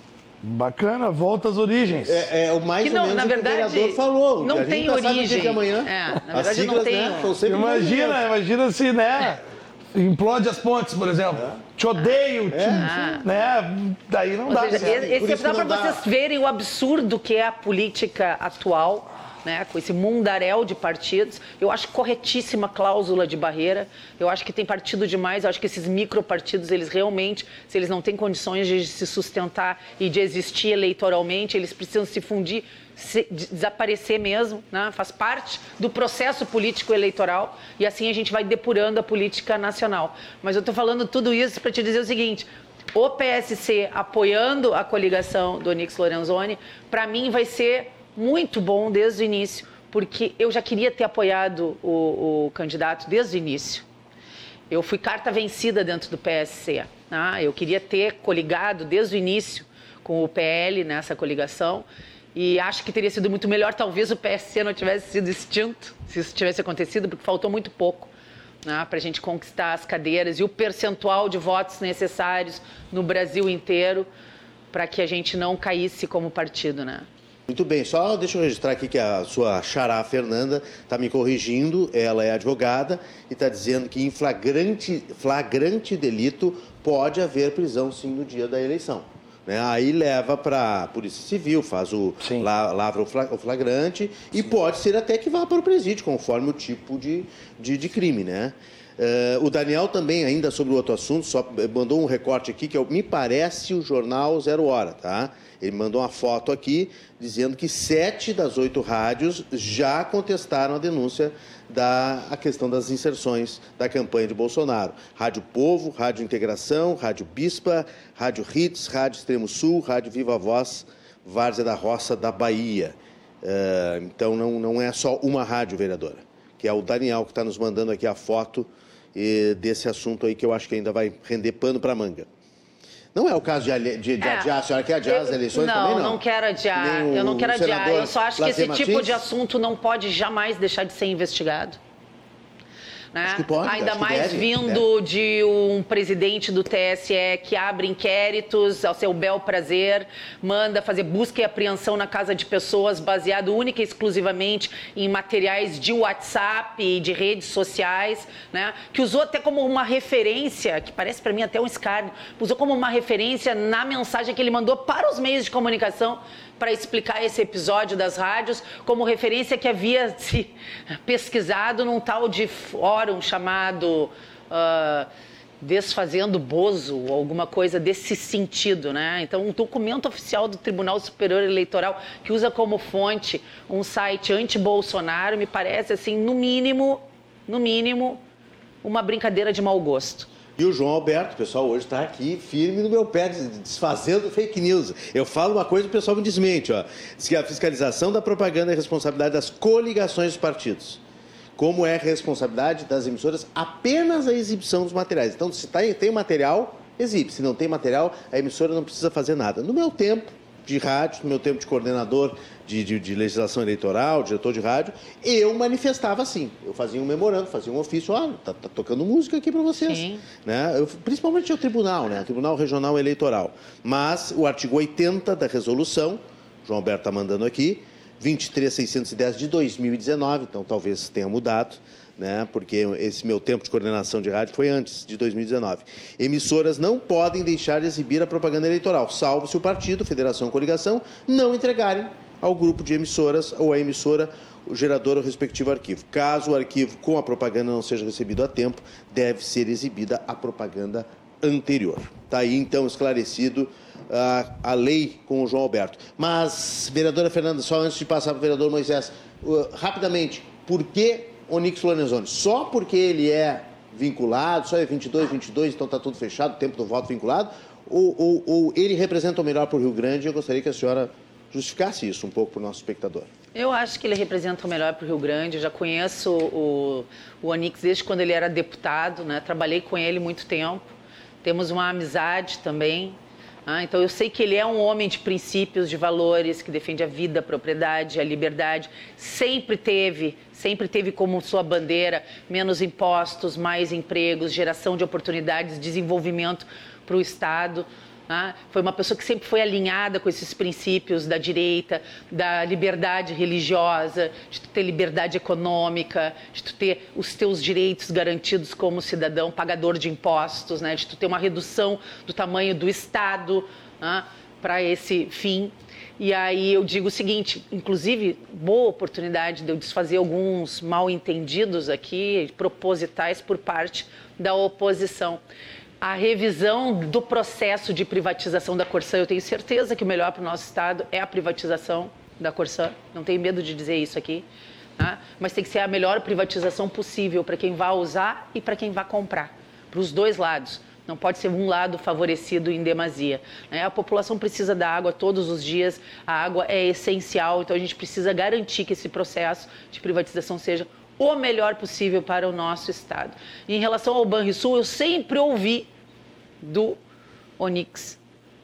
Bacana, volta às origens. É, é o mais que não, ou menos na verdade, o vereador falou. Não tem origem. Que amanhã, é, na verdade, siglas, não tem. Né, imagina, imagina se, né? Implode as pontes, por exemplo. É. Te odeio, te, é. né? Daí não Ou dá. Seja, certo. Esse é só para vocês verem o absurdo que é a política atual, né? Com esse mundaréu de partidos. Eu acho corretíssima a cláusula de barreira. Eu acho que tem partido demais. Eu acho que esses micropartidos, eles realmente, se eles não têm condições de se sustentar e de existir eleitoralmente, eles precisam se fundir, se, desaparecer mesmo, né? Faz parte do processo político eleitoral e assim a gente vai depurando a política nacional. Mas eu estou falando tudo isso para te dizer o seguinte: o P S C apoiando a coligação do Onyx Lorenzoni, para mim vai ser muito bom desde o início, porque eu já queria ter apoiado o, o candidato desde o início. Eu fui carta vencida dentro do P S C, né? Eu queria ter coligado desde o início com o P L nessa coligação. E acho que teria sido muito melhor, talvez o P S C não tivesse sido extinto, se isso tivesse acontecido, porque faltou muito pouco, né, para a gente conquistar as cadeiras e o percentual de votos necessários no Brasil inteiro para que a gente não caísse como partido, né? Muito bem, só deixa eu registrar aqui que a sua xará Fernanda está me corrigindo, ela é advogada e está dizendo que em flagrante, flagrante delito pode haver prisão sim no dia da eleição. Né? Aí leva para a Polícia Civil, faz o, la, lavra o flagrante e sim, pode ser até que vá para o presídio, conforme o tipo de, de, de crime, né? Uh, o Daniel também, ainda sobre o outro assunto, só mandou um recorte aqui, que é, me parece o jornal Zero Hora, tá? Ele mandou uma foto aqui, dizendo que sete das oito rádios já contestaram a denúncia da a questão das inserções da campanha de Bolsonaro. Rádio Povo, Rádio Integração, Rádio Bispa, Rádio Hits, Rádio Extremo Sul, Rádio Viva Voz, Várzea da Roça da Bahia. Uh, então, não, não é só uma rádio, vereadora, que é o Daniel que está nos mandando aqui a foto e, desse assunto aí que eu acho que ainda vai render pano para manga. Não é o caso de, de, de é, adiar, a senhora quer adiar eu, as eleições não, também, não? Não, não quero adiar, eu não quero adiar. Eu só acho que esse Martins? tipo de assunto não pode jamais deixar de ser investigado. Né? Acho que pode, Ainda acho que mais deve, vindo deve. de um presidente do T S E que abre inquéritos ao seu bel prazer, manda fazer busca e apreensão na casa de pessoas baseado única e exclusivamente em materiais de WhatsApp e de redes sociais, né? Que usou até como uma referência, que parece para mim até um escárnio, usou como uma referência na mensagem que ele mandou para os meios de comunicação para explicar esse episódio das rádios, como referência que havia se pesquisado num tal de fórum chamado uh, Desfazendo Bozo, ou alguma coisa desse sentido, né? Então, um documento oficial do Tribunal Superior Eleitoral que usa como fonte um site anti-Bolsonaro, me parece, assim, no mínimo, no mínimo, uma brincadeira de mau gosto. E o João Alberto, o pessoal hoje está aqui firme no meu pé, desfazendo fake news. Eu falo uma coisa e o pessoal me desmente, ó. Diz que a fiscalização da propaganda é responsabilidade das coligações dos partidos. Como é responsabilidade das emissoras apenas a exibição dos materiais. Então, se tá, tem material, exibe. Se não tem material, a emissora não precisa fazer nada. No meu tempo, de rádio, no meu tempo de coordenador de, de, de legislação eleitoral, diretor de rádio, eu manifestava assim. Eu fazia um memorando, fazia um ofício, olha, tá, tá tocando música aqui para vocês. Sim. Né? Eu, principalmente o tribunal, né? O Tribunal Regional Eleitoral. Mas o artigo oitenta da resolução, João Alberto está mandando aqui, vinte e três mil seiscentos e dez de dois mil e dezenove, então talvez tenha mudado, né? Porque esse meu tempo de coordenação de rádio foi antes de dois mil e dezenove. Emissoras não podem deixar de exibir a propaganda eleitoral, salvo se o partido, federação ou coligação não entregarem ao grupo de emissoras ou à emissora o gerador ou respectivo arquivo. Caso o arquivo com a propaganda não seja recebido a tempo, deve ser exibida a propaganda anterior. Está aí, então, esclarecido a, a lei com o João Alberto. Mas, vereadora Fernanda, só antes de passar para o vereador Moisés, uh, rapidamente, por que Onyx Lorenzoni? Só porque ele é vinculado, só é vinte e dois, vinte e dois, então está tudo fechado, tempo do voto vinculado, ou, ou, ou ele representa o melhor para o Rio Grande? Eu gostaria que a senhora justificasse isso um pouco para o nosso espectador. Eu acho que ele representa o melhor para o Rio Grande. Eu já conheço o, o Onyx desde quando ele era deputado, né? Trabalhei com ele muito tempo. Temos uma amizade também. Ah, então, eu sei que ele é um homem de princípios, de valores, que defende a vida, a propriedade, a liberdade. Sempre teve, sempre teve como sua bandeira menos impostos, mais empregos, geração de oportunidades, desenvolvimento para o Estado. Ah, foi uma pessoa que sempre foi alinhada com esses princípios da direita, da liberdade religiosa, de tu ter liberdade econômica, de tu ter os teus direitos garantidos como cidadão pagador de impostos, né, de tu ter uma redução do tamanho do Estado ah, para esse fim. E aí eu digo o seguinte, inclusive, boa oportunidade de eu desfazer alguns mal-entendidos aqui, propositais por parte da oposição. A revisão do processo de privatização da Corsã, eu tenho certeza que o melhor para o nosso Estado é a privatização da Corsã, não tenho medo de dizer isso aqui, tá? Mas tem que ser a melhor privatização possível para quem vai usar e para quem vai comprar, para os dois lados. Não pode ser um lado favorecido em demasia, né? A população precisa da água todos os dias, a água é essencial, então a gente precisa garantir que esse processo de privatização seja o melhor possível para o nosso Estado. E em relação ao Banrisul, eu sempre ouvi do Onyx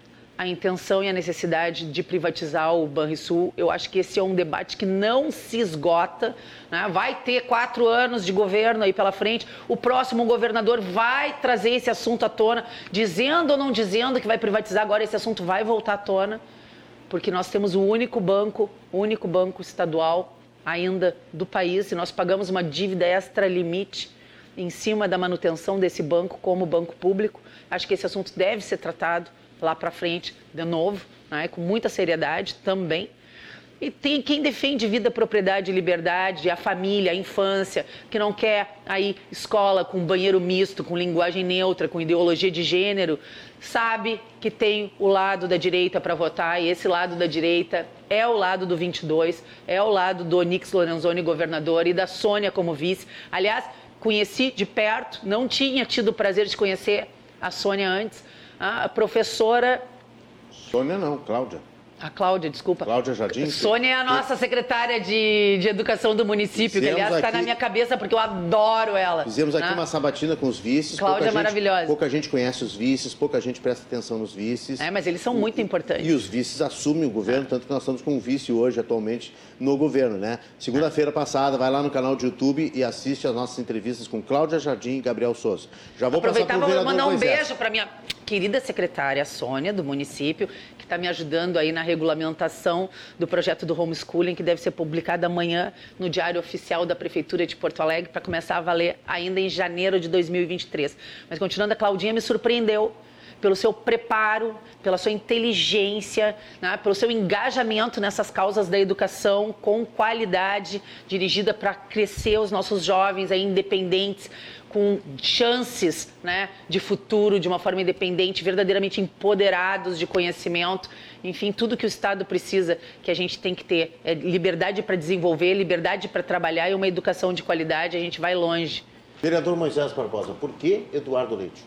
a intenção e a necessidade de privatizar o Banrisul. Eu acho que esse é um debate que não se esgota, né? Vai ter quatro anos de governo aí pela frente, o próximo governador vai trazer esse assunto à tona, dizendo ou não dizendo que vai privatizar, agora esse assunto vai voltar à tona, porque nós temos o único banco, o único banco estadual ainda do país, e nós pagamos uma dívida extra-limite em cima da manutenção desse banco como banco público. Acho que esse assunto deve ser tratado lá para frente, de novo, né, com muita seriedade também. E tem quem defende vida, propriedade e liberdade, a família, a infância, que não quer aí escola com banheiro misto, com linguagem neutra, com ideologia de gênero, sabe que tem o lado da direita para votar, e esse lado da direita é o lado do vinte e dois, é o lado do Onyx Lorenzoni, governador, e da Sônia como vice. Aliás, conheci de perto, não tinha tido o prazer de conhecer a Sônia antes, a professora... Sônia não, Cláudia. A Cláudia, desculpa. Cláudia Jardim. Sônia é a nossa secretária de, de educação do município, que aliás está na minha cabeça porque eu adoro ela. Fizemos aqui, né, uma sabatina com os vices. Cláudia é gente, maravilhosa. Pouca gente conhece os vices, pouca gente presta atenção nos vices. É, mas eles são muito importantes. E os vices assumem o governo, é. Tanto que nós estamos com um vice hoje, atualmente, no governo, né? Segunda-feira passada, vai lá no canal de YouTube e assiste as nossas entrevistas com Cláudia Jardim e Gabriel Souza. Já vou aproveitar, passar pro vereador mandar um Moisés. beijo para minha querida secretária Sônia, do município, que está me ajudando aí na regulamentação do projeto do homeschooling, que deve ser publicado amanhã no Diário Oficial da Prefeitura de Porto Alegre, para começar a valer ainda em janeiro de dois mil e vinte e três. Mas continuando, a Claudinha me surpreendeu pelo seu preparo, pela sua inteligência, né, pelo seu engajamento nessas causas da educação com qualidade, dirigida para crescer os nossos jovens aí, independentes, com chances, né, de futuro, de uma forma independente, verdadeiramente empoderados de conhecimento. Enfim, tudo que o Estado precisa, que a gente tem que ter, é liberdade para desenvolver, liberdade para trabalhar e uma educação de qualidade, a gente vai longe. Vereador Moisés Barbosa, por que Eduardo Leite?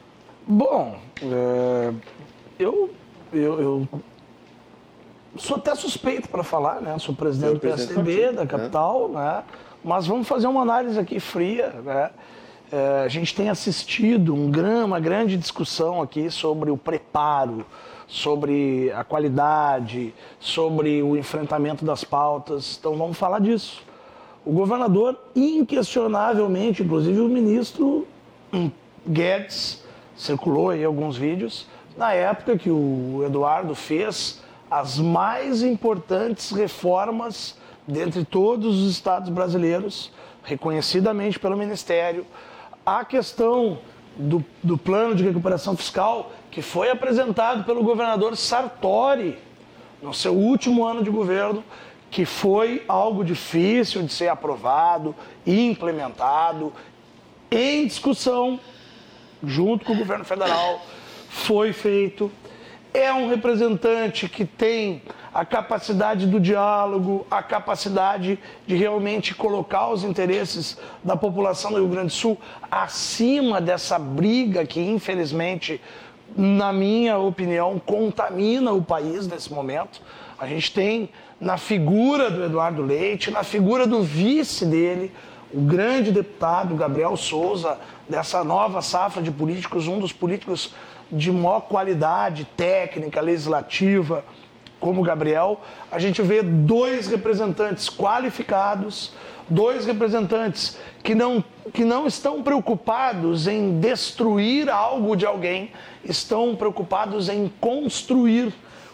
Bom, é, eu, eu, eu sou até suspeito para falar, né? Sou presidente do P S D B, da capital, né? né? Mas vamos fazer uma análise aqui fria, né? É, a gente tem assistido um gran, uma grande discussão aqui sobre o preparo sobre a qualidade, sobre o enfrentamento das pautas. Então vamos falar disso. O governador, inquestionavelmente, inclusive o ministro Guedes, circulou aí alguns vídeos, na época que o Eduardo fez as mais importantes reformas dentre todos os estados brasileiros, reconhecidamente pelo Ministério. A questão do, do plano de recuperação fiscal, que foi apresentado pelo governador Sartori no seu último ano de governo, que foi algo difícil de ser aprovado e implementado, em discussão, junto com o governo federal, foi feito. É um representante que tem a capacidade do diálogo, a capacidade de realmente colocar os interesses da população do Rio Grande do Sul acima dessa briga que, infelizmente, na minha opinião, contamina o país nesse momento. A gente tem na figura do Eduardo Leite, na figura do vice dele, o grande deputado Gabriel Souza, dessa nova safra de políticos, um dos políticos de maior qualidade técnica, legislativa, como o Gabriel. A gente vê dois representantes qualificados, dois representantes que não, que não estão preocupados em destruir algo de alguém, estão preocupados em construir,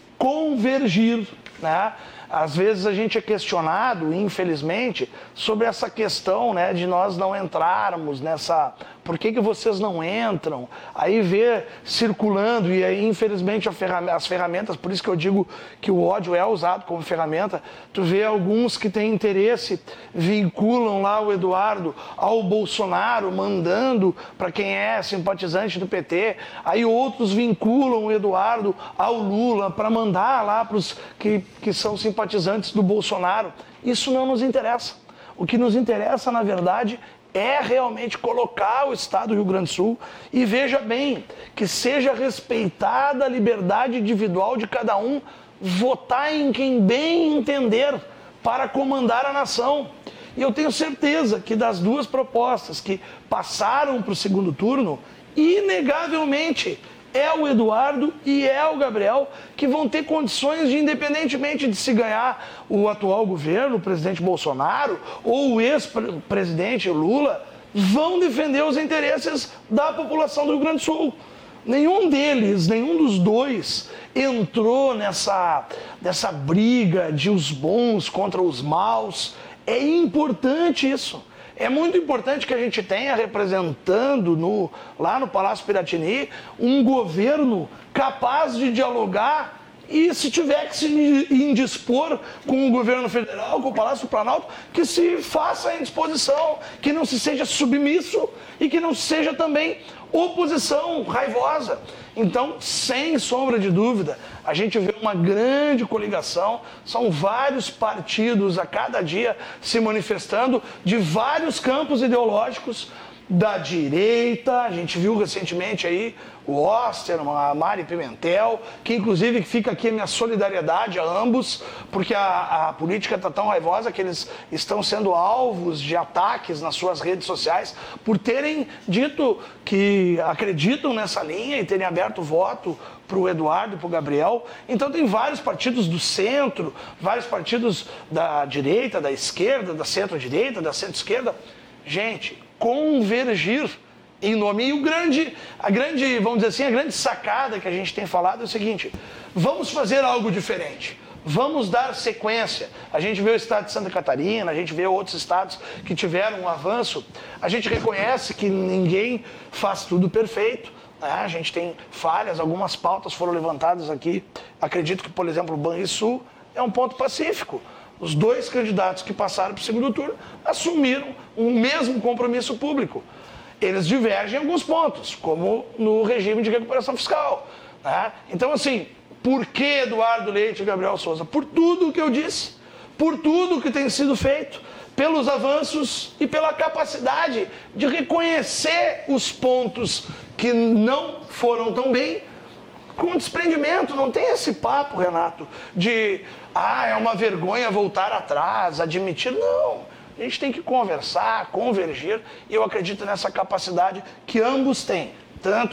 convergir, né? Às vezes a gente é questionado, infelizmente, sobre essa questão, né, de nós não entrarmos nessa... Por que que vocês não entram? Aí vê circulando, e aí infelizmente as ferramentas, por isso que eu digo que o ódio é usado como ferramenta, tu vê alguns que têm interesse, vinculam lá o Eduardo ao Bolsonaro, mandando para quem é simpatizante do P T, aí outros vinculam o Eduardo ao Lula para mandar lá para os que, que são simpatizantes do Bolsonaro. Isso não nos interessa. O que nos interessa, na verdade, é realmente colocar o Estado do Rio Grande do Sul e veja bem, que seja respeitada a liberdade individual de cada um, votar em quem bem entender para comandar a nação. E eu tenho certeza que das duas propostas que passaram para o segundo turno, inegavelmente é o Eduardo e é o Gabriel que vão ter condições de, independentemente de se ganhar o atual governo, o presidente Bolsonaro ou o ex-presidente Lula, vão defender os interesses da população do Rio Grande do Sul. Nenhum deles, nenhum dos dois entrou nessa, nessa briga de os bons contra os maus. É importante isso. É muito importante que a gente tenha representando no, lá no Palácio Piratini um governo capaz de dialogar e, se tiver que se indispor com o governo federal, com o Palácio Planalto, que se faça a indisposição, que não se seja submisso e que não seja também oposição raivosa. Então, sem sombra de dúvida, a gente vê uma grande coligação, são vários partidos a cada dia se manifestando de vários campos ideológicos, da direita, a gente viu recentemente aí o Osterman, a Mari Pimentel, que inclusive fica aqui a minha solidariedade a ambos, porque a, a política está tão raivosa que eles estão sendo alvos de ataques nas suas redes sociais por terem dito que acreditam nessa linha e terem aberto voto para o Eduardo e para o Gabriel. Então tem vários partidos do centro, vários partidos da direita, da esquerda, da centro-direita, da centro-esquerda. Gente, convergir em nome. E o grande, a grande, vamos dizer assim, a grande sacada que a gente tem falado é o seguinte: vamos fazer algo diferente. Vamos dar sequência. A gente vê o estado de Santa Catarina, a gente vê outros estados que tiveram um avanço. A gente reconhece que ninguém faz tudo perfeito, né? A gente tem falhas, algumas pautas foram levantadas aqui. Acredito que, por exemplo, o Banrisul é um ponto pacífico. Os dois candidatos que passaram para o segundo turno assumiram o mesmo compromisso público. Eles divergem em alguns pontos, como no regime de recuperação fiscal, né? Então, assim, por que Eduardo Leite e Gabriel Souza? Por tudo o que eu disse, por tudo que tem sido feito, pelos avanços e pela capacidade de reconhecer os pontos que não foram tão bem, com desprendimento. Não tem esse papo, Renato, de ah, é uma vergonha voltar atrás, admitir. Não, a gente tem que conversar, convergir, e eu acredito nessa capacidade que ambos têm, tanto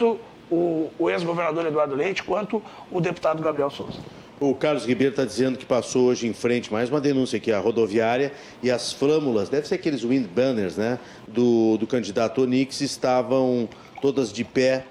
o, o ex-governador Eduardo Leite quanto o deputado Gabriel Souza. O Carlos Ribeiro está dizendo que passou hoje em frente mais uma denúncia aqui, a rodoviária, e as flâmulas, deve ser aqueles wind banners, né, do, do candidato Onix, estavam todas de pé,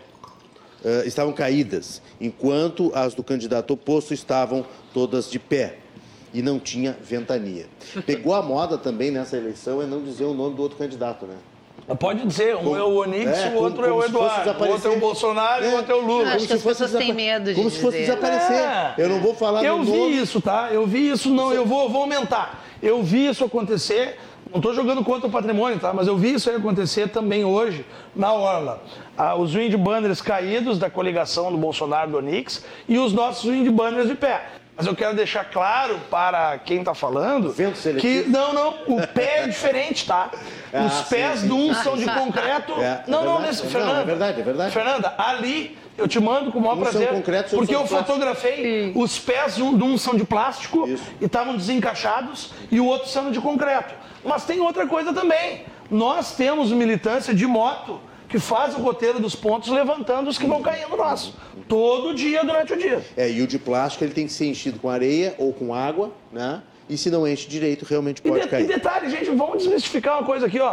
uh, estavam caídas, enquanto as do candidato oposto estavam todas de pé. E não tinha ventania. Pegou a moda também nessa eleição é não dizer o nome do outro candidato, né? Pode dizer, um como, é o Onix, é, o outro como, como é o Eduardo, o outro é o Bolsonaro, é, o outro é o Lula. Acho que as pessoas têm medo de Como dizer. se fosse desaparecer. É. Eu não vou falar Eu no vi nome. isso, tá? Eu vi isso, não, eu vou, vou aumentar. Eu vi isso acontecer, não estou jogando contra o patrimônio, tá? Mas eu vi isso aí acontecer também hoje, na Orla. Ah, os wind banners caídos da coligação do Bolsonaro do Onix e os nossos wind banners de pé. Mas eu quero deixar claro para quem está falando que, não, não, o pé é diferente, tá? Ah, os pés sim, sim. de um são de concreto. É, não, é não, nesse, Fernanda. Não, é verdade, é verdade. Fernanda, ali eu te mando com o maior um prazer, concreto, porque eu fotografei, sim. Os pés de um são de plástico Isso. e estavam desencaixados e o outro sendo de concreto. Mas tem outra coisa também. Nós temos militância de moto que faz o roteiro dos pontos levantando os que vão caindo nosso. Todo dia, durante o dia. É, e o de plástico ele tem que ser enchido com areia ou com água, né? E se não enche direito, realmente pode e de, cair. E detalhe, gente, vamos desmistificar uma coisa aqui, ó,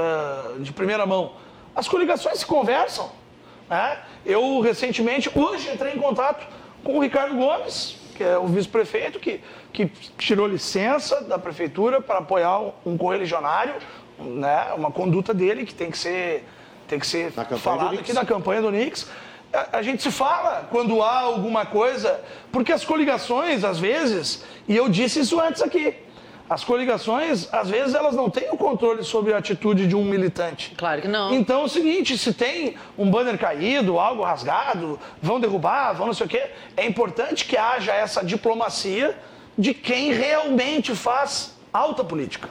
de primeira mão. As coligações se conversam, né? Eu, recentemente, hoje entrei em contato com o Ricardo Gomes, que é o vice-prefeito, que, que tirou licença da prefeitura para apoiar um correligionário, né? Uma conduta dele que tem que ser... Tem que ser falado aqui na campanha do Onix. A, a gente se fala quando há alguma coisa, porque as coligações, às vezes, e eu disse isso antes aqui, as coligações, às vezes, elas não têm o controle sobre a atitude de um militante. Claro que não. Então é o seguinte, se tem um banner caído, algo rasgado, vão derrubar, vão não sei o quê, é importante que haja essa diplomacia de quem realmente faz alta política.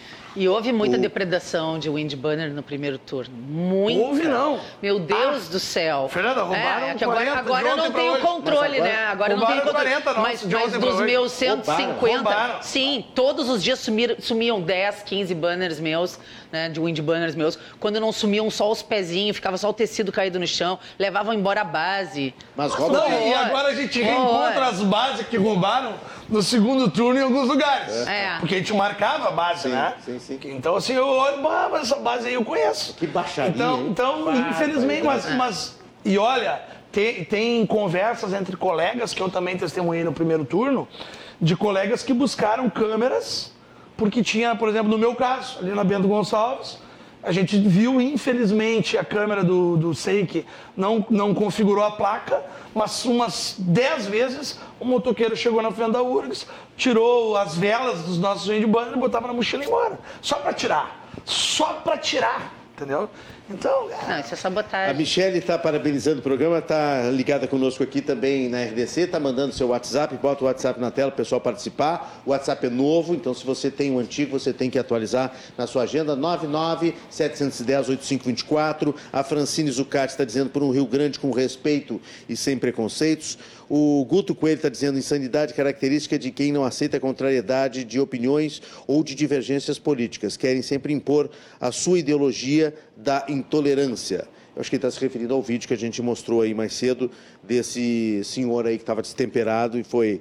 E houve muita o... depredação de wind banner no primeiro turno. Muita. Houve não. Meu Deus ah, do céu. Fernanda, roubaram é, que agora, quarenta, agora eu não tenho controle, agora, né? Agora eu não tenho controle. quarenta, mas mas dos meus cento e cinquenta, roubaram. Sim, todos os dias sumiram, sumiam dez, quinze banners meus, né, de wind banners meus. Quando não sumiam só os pezinhos, ficava só o tecido caído no chão, levavam embora a base. Mas rouba. Não, e agora a gente reencontra as bases que roubaram no segundo turno em alguns lugares. É. Porque a gente marcava a base, sim, né? Sim, sim. Então, assim, eu olho, mas essa base aí eu conheço. Que baixaria, Então, então ah, infelizmente, mas, mas... E olha, tem, tem conversas entre colegas, que eu também testemunhei no primeiro turno, de colegas que buscaram câmeras, porque tinha, por exemplo, no meu caso, ali na Bento Gonçalves, a gente viu, infelizmente, a câmera do, do S E I C não, não configurou a placa, mas umas dez vezes o motoqueiro chegou na frente da U R G S, tirou as velas dos nossos wind banners e botava na mochila e embora. Só para tirar. Só para tirar. Entendeu? Então... Não, isso é sabotagem. A Michele está parabenizando o programa, está ligada conosco aqui também na R D C, está mandando seu WhatsApp, bota o WhatsApp na tela para o pessoal participar. O WhatsApp é novo, então se você tem o antigo, você tem que atualizar na sua agenda. nove nove sete um zero oito cinco dois quatro. A Francine Zucati está dizendo por um Rio Grande com respeito e sem preconceitos. O Guto Coelho está dizendo insanidade característica de quem não aceita a contrariedade de opiniões ou de divergências políticas. Querem sempre impor a sua ideologia da intolerância. Eu acho que ele está se referindo ao vídeo que a gente mostrou aí mais cedo desse senhor aí que estava destemperado e foi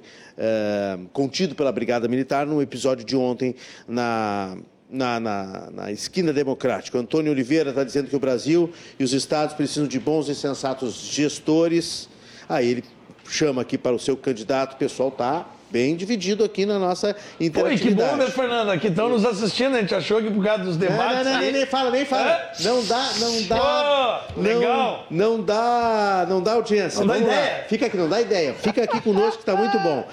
é, contido pela Brigada Militar no episódio de ontem na... Na, na, na esquina democrática. Antônio Oliveira está dizendo que o Brasil e os estados precisam de bons e sensatos gestores. Aí ele chama aqui para o seu candidato, o pessoal está bem dividido aqui na nossa interatividade. Pô, que bom, né, Fernanda? Que estão nos assistindo, a gente achou que por causa dos debates... Não, não, não, nem, nem fala, nem fala. É? Não dá, não dá... Oh, legal. Não, não dá, não dá audiência. Não dá Vamos ideia. Lá. Fica aqui, não dá ideia. Fica aqui conosco que está muito bom.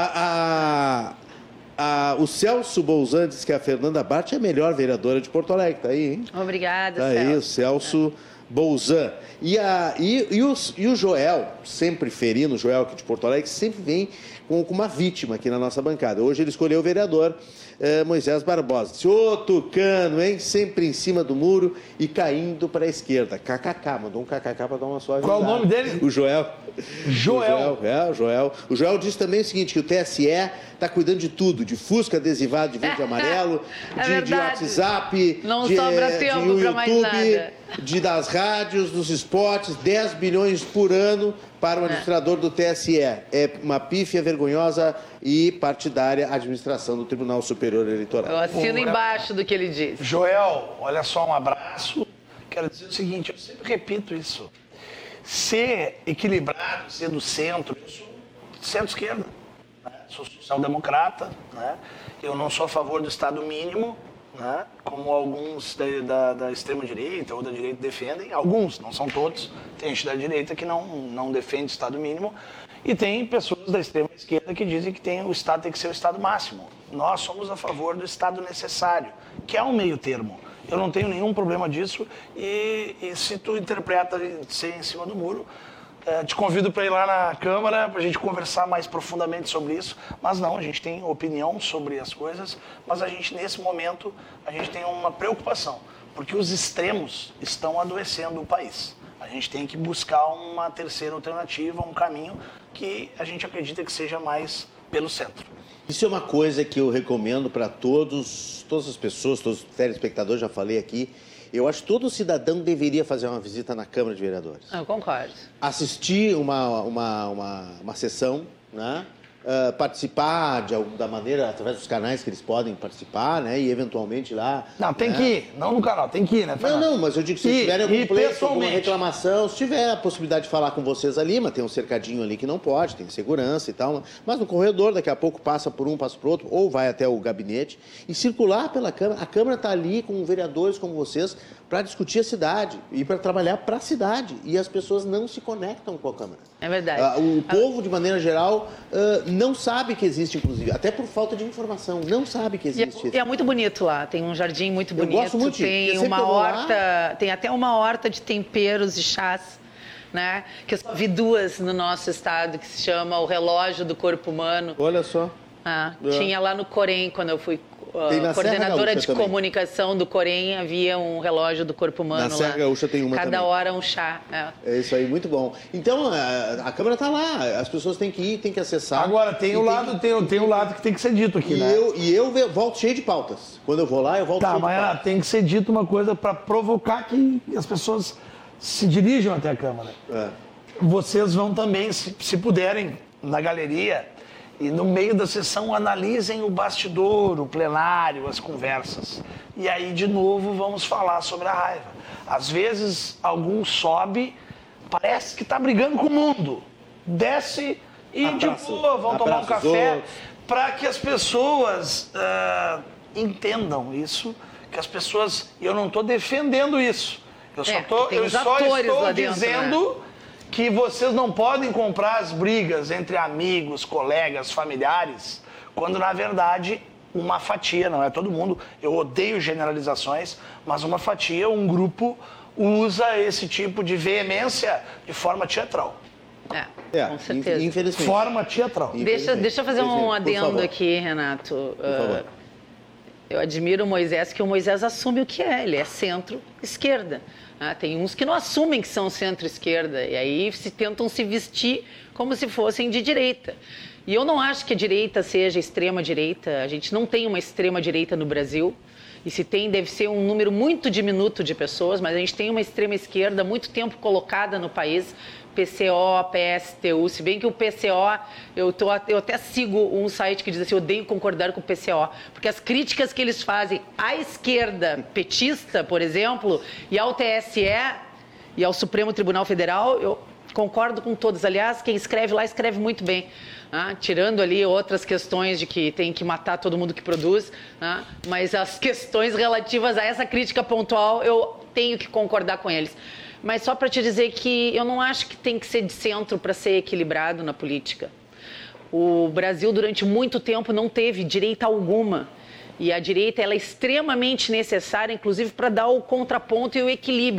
A... a... Ah, o Celso Bolzan diz que a Fernanda Bart é a melhor vereadora de Porto Alegre. Tá aí, hein? Obrigada, tá Celso. Tá aí o Celso Bolzan. E, a, e, e, o, e o Joel, sempre ferindo, o Joel aqui de Porto Alegre, sempre vem com, com uma vítima aqui na nossa bancada. Hoje ele escolheu o vereador uh, Moisés Barbosa. Disse, ô Tucano, hein? Sempre em cima do muro e caindo para a esquerda. K K K, mandou um K K K para dar uma suave. Qual é o nome dele? O Joel. Joel. O Joel, é, o Joel. O Joel disse também o seguinte, que o T S E está cuidando de tudo, de Fusca adesivado de verde e amarelo, é de, de WhatsApp, Não de, sobra de tempo YouTube, para mais nada. de das rádios, dos esportes, dez bilhões por ano para o administrador do T S E. É uma pífia vergonhosa e partidária administração do Tribunal Superior Eleitoral. Eu assino embaixo do que ele disse. Joel, olha só, um abraço. Quero dizer o seguinte, eu sempre repito isso. Ser equilibrado, ser do centro, eu sou centro-esquerda, né? Sou social-democrata, né? Eu não sou a favor do Estado mínimo, né? Como alguns da, da, da extrema-direita ou da direita defendem. Alguns, não são todos. Tem gente da direita que não, não defende o Estado mínimo. E tem pessoas da extrema-esquerda que dizem que tem, o Estado tem que ser o Estado máximo. Nós somos a favor do Estado necessário, que é um meio termo. Eu não tenho nenhum problema disso e, e se tu interpreta ser em cima do muro, é, te convido para ir lá na Câmara para a gente conversar mais profundamente sobre isso. Mas não, a gente tem opinião sobre as coisas, mas a gente, nesse momento, a gente tem uma preocupação, porque os extremos estão adoecendo o país. A gente tem que buscar uma terceira alternativa, um caminho que a gente acredita que seja mais pelo centro. Isso é uma coisa que eu recomendo para todos, todas as pessoas, todos os telespectadores, já falei aqui. Eu acho que todo cidadão deveria fazer uma visita na Câmara de Vereadores. Eu concordo. Assistir uma, uma, uma, uma sessão, né? Uh, participar de alguma maneira, através dos canais que eles podem participar, né? E eventualmente lá... Não, tem né? que ir. Não no canal, tem que ir, né, Fernando? Não, não, mas eu digo que se E- tiverem e algum pleito, alguma pessoalmente. reclamação, se tiver a possibilidade de falar com vocês ali, mas tem um cercadinho ali que não pode, tem segurança e tal, mas no corredor, daqui a pouco passa por um, passa por outro, ou vai até o gabinete e circular pela Câmara. A Câmara está ali com vereadores como vocês para discutir a cidade e para trabalhar para a cidade. E as pessoas não se conectam com a Câmara. É verdade. Ah, o povo, de maneira geral, ah, não sabe que existe, inclusive, até por falta de informação, não sabe que E existe. é, e é muito bonito lá, tem um jardim muito Eu bonito, gosto muito de- tem porque sempre uma eu vou lá- horta, tem até uma horta de temperos e chás, né? Que eu só vi duas no nosso estado, que se chama o Relógio do Corpo Humano. Olha só. Ah, É. Tinha lá no Corém, quando eu fui uh, Tem na Serra coordenadora Gaúcha de também. comunicação do Corém, havia um relógio do corpo humano Na lá. Serra Gaúcha tem uma Cada também. hora um chá. É. É isso aí, muito bom. Então, a, a Câmara está lá, as pessoas têm que ir, têm que acessar. Agora, tem E o lado, tem, o- tem o lado que tem que ser dito aqui, E né? eu, e eu ve- volto cheio de pautas. Quando eu vou lá, eu volto Tá, cheio mas de ah, pautas. tem que ser dito uma coisa para provocar que as pessoas se dirijam até a Câmara. É. Vocês vão também, se, se puderem, na galeria e no meio da sessão analisem o bastidor, o plenário, as conversas. E aí, de novo, vamos falar sobre a raiva. Às vezes, algum sobe, parece que está brigando com o mundo. Desce e de Abraça- boa, vão tomar um abraça os café, outros. para que as pessoas ah, entendam isso, que as pessoas... Eu não estou defendendo isso. Eu só, É, tô, tem eu os só atores estou lá dentro, dizendo né? que vocês não podem comprar as brigas entre amigos, colegas, familiares, quando na verdade uma fatia, não é todo mundo, eu odeio generalizações, mas uma fatia, um grupo usa esse tipo de veemência de forma teatral. É, É, com certeza. in- infelizmente. Forma teatral. Deixa, deixa eu fazer um Por adendo favor. aqui, Renato. Uh, favor. eu admiro o Moisés, que o Moisés assume o que é, ele é centro-esquerda. Ah, tem uns que não assumem que são centro-esquerda, e aí se tentam se vestir como se fossem de direita. E eu não acho que a direita seja extrema-direita, a gente não tem uma extrema-direita no Brasil, e se tem, deve ser um número muito diminuto de pessoas, mas a gente tem uma extrema-esquerda muito tempo colocada no país, P C O, P S T U, se bem que o P C O, eu, tô, eu até sigo um site que diz assim, eu odeio concordar com o P C O, porque as críticas que eles fazem à esquerda petista, por exemplo, e ao T S E e ao Supremo Tribunal Federal, eu concordo com todos. Aliás, quem escreve lá escreve muito bem. Ah, tirando ali outras questões de que tem que matar todo mundo que produz, ah, mas as questões relativas a essa crítica pontual, eu tenho que concordar com eles. Mas só para te dizer que eu não acho que tem que ser de centro para ser equilibrado na política. O Brasil, durante muito tempo, não teve direita alguma. E a direita ela é extremamente necessária, inclusive, para dar o contraponto e o equilíbrio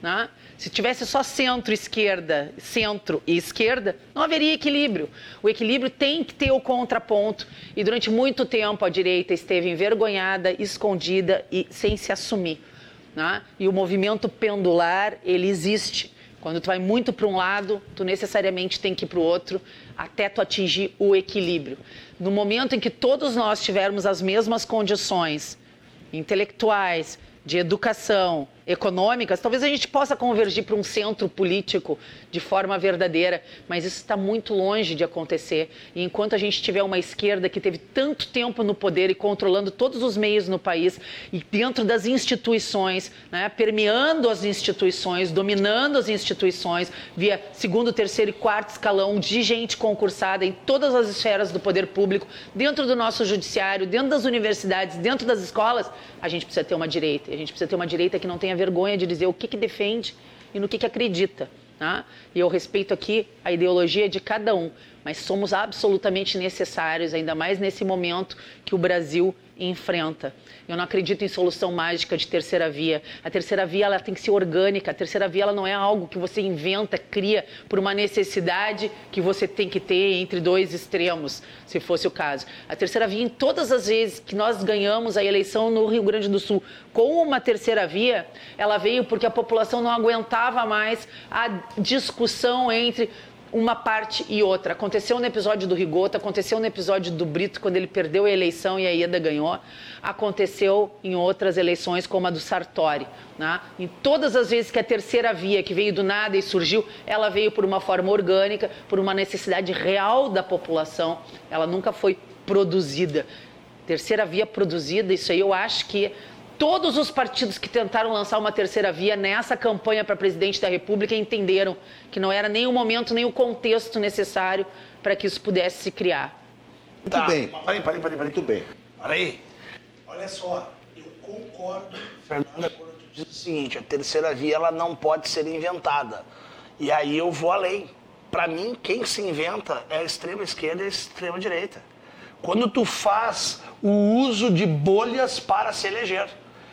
né? Se tivesse só centro, esquerda, centro e esquerda, não haveria equilíbrio. O equilíbrio tem que ter o contraponto. E durante muito tempo a direita esteve envergonhada, escondida e sem se assumir, né? E o movimento pendular, ele existe. Quando tu vai muito para um lado, tu necessariamente tem que ir para o outro, até tu atingir o equilíbrio. No momento em que todos nós tivermos as mesmas condições intelectuais, de educação, econômicas, talvez a gente possa convergir para um centro político de forma verdadeira, mas isso está muito longe de acontecer. E enquanto a gente tiver uma esquerda que teve tanto tempo no poder e controlando todos os meios no país e dentro das instituições, né, permeando as instituições, dominando as instituições via segundo, terceiro e quarto escalão de gente concursada em todas as esferas do poder público, dentro do nosso judiciário, dentro das universidades, dentro das escolas, a gente precisa ter uma direita. A gente precisa ter uma direita que não tenha vergonha de dizer o que, que defende e no que, que acredita. Tá? E eu respeito aqui a ideologia de cada um, mas somos absolutamente necessários, ainda mais nesse momento que o Brasil enfrenta. Eu não acredito em solução mágica de terceira via. A terceira via ela tem que ser orgânica. A terceira via ela não é algo que você inventa, cria por uma necessidade que você tem que ter entre dois extremos, se fosse o caso. A terceira via, em todas as vezes que nós ganhamos a eleição no Rio Grande do Sul com uma terceira via, ela veio porque a população não aguentava mais a discussão entre uma parte e outra. Aconteceu no episódio do Rigoto, aconteceu no episódio do Brito, quando ele perdeu a eleição e a Ieda ganhou. Aconteceu em outras eleições, como a do Sartori. Né? Em todas as vezes que a terceira via, que veio do nada e surgiu, ela veio por uma forma orgânica, por uma necessidade real da população. Ela nunca foi produzida. Terceira via produzida, isso aí eu acho que todos os partidos que tentaram lançar uma terceira via nessa campanha para presidente da República entenderam que não era nem o momento, nem o contexto necessário para que isso pudesse se criar. Muito tá, bem. Peraí, peraí, peraí. Muito bem. Peraí. Olha só, eu concordo, Fernanda, quando tu diz o seguinte, a terceira via ela não pode ser inventada. E aí eu vou além. Para mim, quem se inventa é a extrema esquerda e a extrema direita. Quando tu faz o uso de bolhas para se eleger.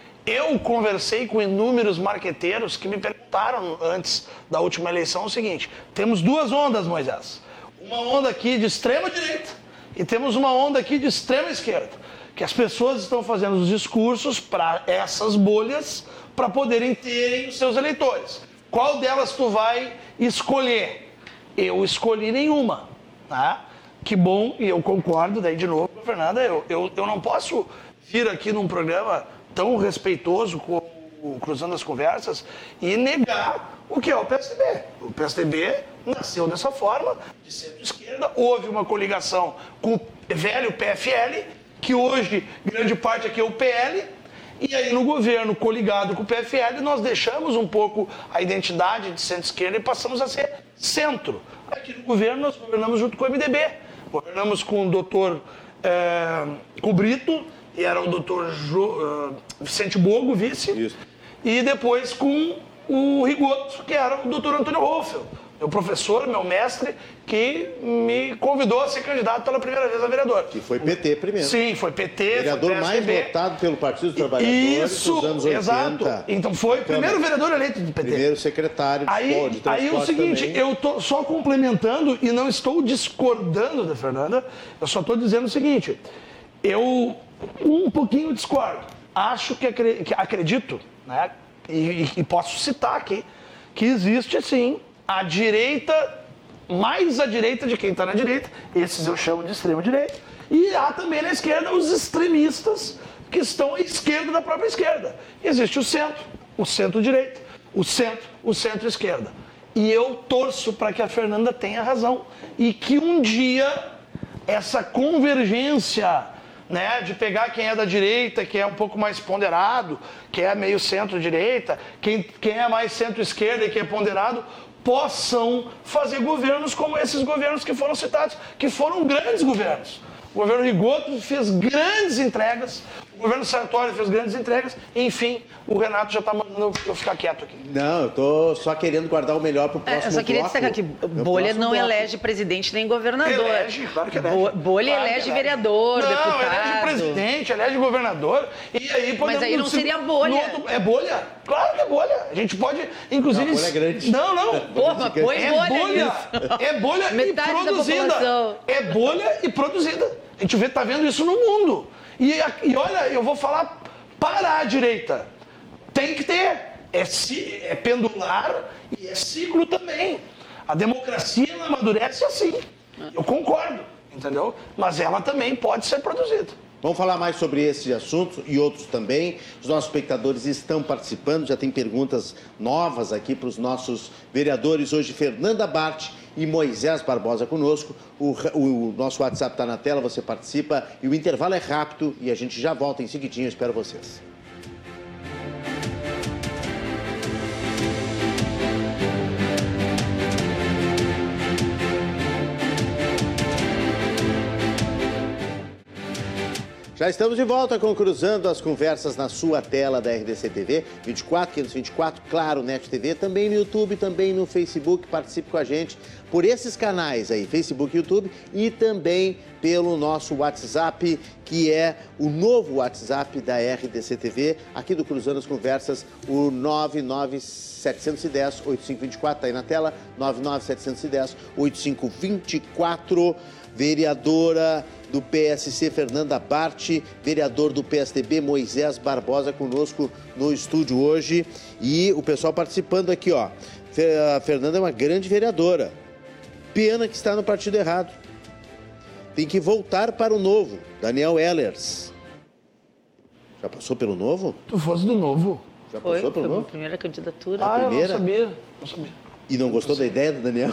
Eu conversei com inúmeros marqueteiros que me perguntaram antes da última eleição o seguinte: temos duas ondas, Moisés. Uma onda aqui de extrema direita e temos uma onda aqui de extrema esquerda. Que as pessoas estão fazendo os discursos para essas bolhas para poderem terem os seus eleitores. Qual delas tu vai escolher? Eu escolhi nenhuma, tá? Que bom, e eu concordo, daí de novo, Fernanda, eu, eu, eu não posso vir aqui num programa tão respeitoso como o Cruzando as Conversas e negar o que é o P S D B. O P S D B nasceu dessa forma, de centro-esquerda, houve uma coligação com o velho P F L, que hoje, grande parte aqui é o P L, e aí no governo coligado com o P F L, nós deixamos um pouco a identidade de centro-esquerda e passamos a ser centro. Aqui no governo nós governamos junto com o M D B. Governamos com o doutor é, com o Brito, e era o doutor Jo, uh, Vicente Bogo, vice. Isso. E depois com o Rigoto, que era o doutor Antônio Hoffel, meu professor, meu mestre, que me convidou a ser candidato pela primeira vez a vereador. Que foi P T primeiro. Sim, foi P T, vereador foi mais votado pelo Partido dos Trabalhadores Isso, nos anos exato. oitenta. Então foi o primeiro vereador eleito do P T. Primeiro secretário de, aí, de transporte Aí é o seguinte, também. eu estou só complementando e não estou discordando da Fernanda, eu só estou dizendo o seguinte, eu um pouquinho discordo. Acho que, acre, que acredito, né, e, e posso citar aqui, que existe sim a direita, mais a direita de quem está na direita, esses eu chamo de extrema direita, e há também na esquerda os extremistas que estão à esquerda da própria esquerda. Existe o centro, o centro-direita, o centro, o centro-esquerda. E eu torço para que a Fernanda tenha razão e que um dia essa convergência, né, de pegar quem é da direita, quem é um pouco mais ponderado, quem é meio centro-direita, quem, quem é mais centro-esquerda e quem é ponderado, possam fazer governos como esses governos que foram citados, que foram grandes governos. O governo Rigoto fez grandes entregas, o O governo Sartori fez grandes entregas, enfim, o Renato já está mandando eu ficar quieto aqui. Não, eu tô só querendo guardar o melhor para o próximo bloco. É, eu só queria destacar que Bolha não bloco. elege presidente nem governador. Elege, claro que elege. Bolha claro elege elege. vereador, não, deputado. Não, elege presidente, elege governador, e aí podemos... Mas aí não seria bolha. Outro, é bolha? Claro que é bolha. A gente pode, inclusive... Não, bolha é grande. Não, não. Porra, põe é bolha bolha. É bolha e produzida. É bolha e produzida. A gente vê, tá vendo isso no mundo. E, e olha, eu vou falar para a direita. Tem que ter. É, é pendular e é ciclo também. A democracia ela amadurece assim. Eu concordo, entendeu? Mas ela também pode ser produzida. Vamos falar mais sobre esse assunto e outros também. Os nossos espectadores estão participando, já tem perguntas novas aqui para os nossos vereadores. Hoje, Fernanda Bart e Moisés Barbosa conosco. O, o nosso WhatsApp está na tela, você participa e o intervalo é rápido e a gente já volta em seguidinho. Eu espero vocês. Já estamos de volta com Cruzando as Conversas na sua tela da R D C T V, vinte e quatro, quinhentos e vinte e quatro, claro, Net T V, também no YouTube, também no Facebook. Participe com a gente por esses canais aí, Facebook e YouTube, e também pelo nosso WhatsApp, que é o novo WhatsApp da R D C T V, aqui do Cruzando as Conversas, o nove nove sete um zero, oito cinco dois quatro, está aí na tela, nove nove sete um zero, oito cinco dois quatro, vereadora do P S C, Fernanda Bart, vereador do P S D B, Moisés Barbosa, conosco no estúdio hoje. E o pessoal participando aqui, ó. A Fernanda é uma grande vereadora. Pena que está no partido errado. Tem que voltar para o Novo. Daniel Ehlers. Já passou pelo Novo? Tu fosse do Novo. Já Foi, passou pelo foi Novo? a primeira candidatura. Ah, primeira? eu não sabia. Não sabia. E não gostou da ideia do Daniel?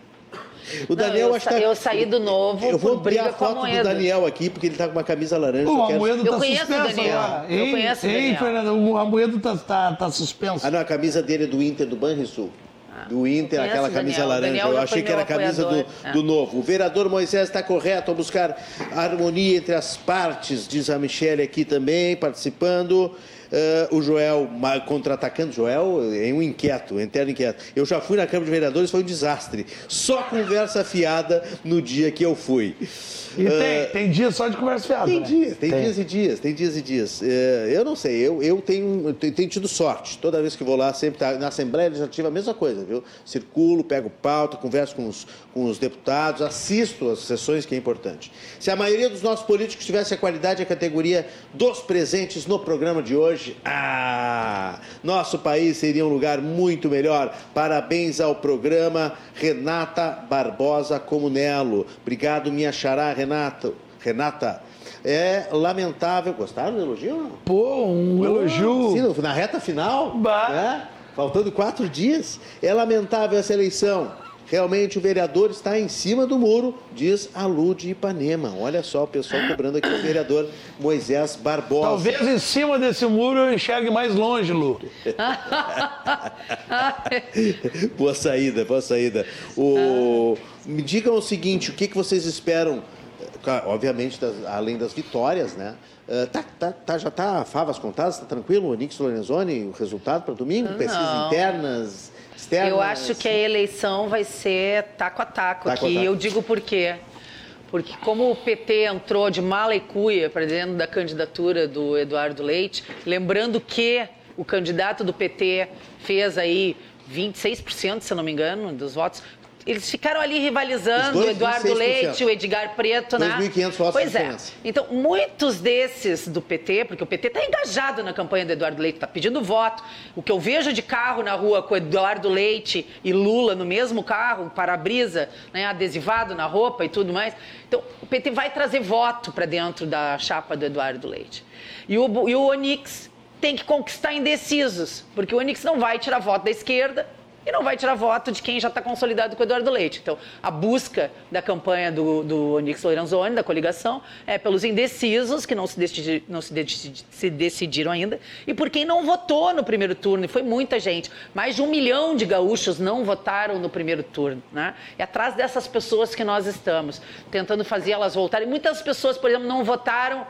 O Não, Daniel eu, acho sa que tá... eu saí do Novo Eu vou por briga ampliar a com a foto do Moedo. Daniel aqui, porque ele tá com uma camisa laranja. O eu quero... Amoedo Eu tá conheço o suspenso Daniel. agora. Eu Hein? conheço o Hein, Daniel. Fernanda, o Amoedo tá, tá, tá suspenso. Ah, não, a camisa dele é do Inter, do Banrisul. Do Inter, conheço aquela o camisa Daniel. laranja. Daniel Eu já achei foi que era a meu camisa do, apoiador. do É. Novo. O vereador Moisés está correto ao buscar a harmonia entre as partes, diz a Michele aqui também, participando. Uh, o Joel, contra-atacando, Joel é um inquieto, um eterno inquieto. Eu já fui na Câmara de Vereadores, foi um desastre. Só conversa fiada no dia que eu fui. E Uh, tem, tem dia só de conversa fiada, Tem né? dias, tem, Tem. dias e dias, tem dias e dias. É, eu não sei, eu, eu tenho, eu tenho tido sorte. Toda vez que vou lá, sempre tá, na Assembleia Legislativa a mesma coisa, viu? Circulo, pego pauta, converso com os, com os deputados, assisto às sessões, que é importante. Se a maioria dos nossos políticos tivesse a qualidade e a categoria dos presentes no programa de hoje, ah, nosso país seria um lugar muito melhor. Parabéns ao programa Renata Barbosa Comunello. Obrigado, minha xará, Renata. Renata, é lamentável. Gostaram do elogio? Pô, um Pô, elogio. Sim, na reta final, Bah. né? Faltando quatro dias. É lamentável essa eleição. Realmente o vereador está em cima do muro, diz a Lu de Ipanema. Olha só o pessoal cobrando aqui o vereador Moisés Barbosa. Talvez em cima desse muro eu enxergue mais longe, Lu. Boa saída, boa saída. O... Me digam o seguinte, o que, que vocês esperam, obviamente, das, além das vitórias, né? Uh, tá, tá, tá, já tá favas contadas, tá tranquilo? O Nix Lorenzoni, o resultado para domingo? Não. Pesquisas internas, externas? Eu acho que a eleição vai ser taco a taco, Taco a aqui. taco. Eu digo por quê. Porque como o P T entrou de mala e cuia para dentro da candidatura do Eduardo Leite, lembrando que o candidato do P T fez aí vinte e seis por cento, se eu não me engano, dos votos. Eles ficaram ali rivalizando, Os o dois, Eduardo vinte e seis por cento. Leite, o Edgar Preto, né? dois mil e quinhentos votos Pois de é. diferença. Então, muitos desses do P T, porque o P T está engajado na campanha do Eduardo Leite, está pedindo voto. O que eu vejo de carro na rua com Eduardo Leite e Lula no mesmo carro, para-brisa, né, adesivado na roupa e tudo mais. Então, o P T vai trazer voto para dentro da chapa do Eduardo Leite. E o, e o Onix tem que conquistar indecisos, porque o Onix não vai tirar voto da esquerda e não vai tirar voto de quem já está consolidado com o Eduardo Leite. Então, a busca da campanha do, do Onix Lorenzoni, da coligação, é pelos indecisos, que não, se, decidi, não se, decidi, se decidiram ainda, e por quem não votou no primeiro turno, e foi muita gente. Mais de um milhão de gaúchos não votaram no primeiro turno, né? É atrás dessas pessoas que nós estamos, tentando fazer elas voltarem. Muitas pessoas, por exemplo, não votaram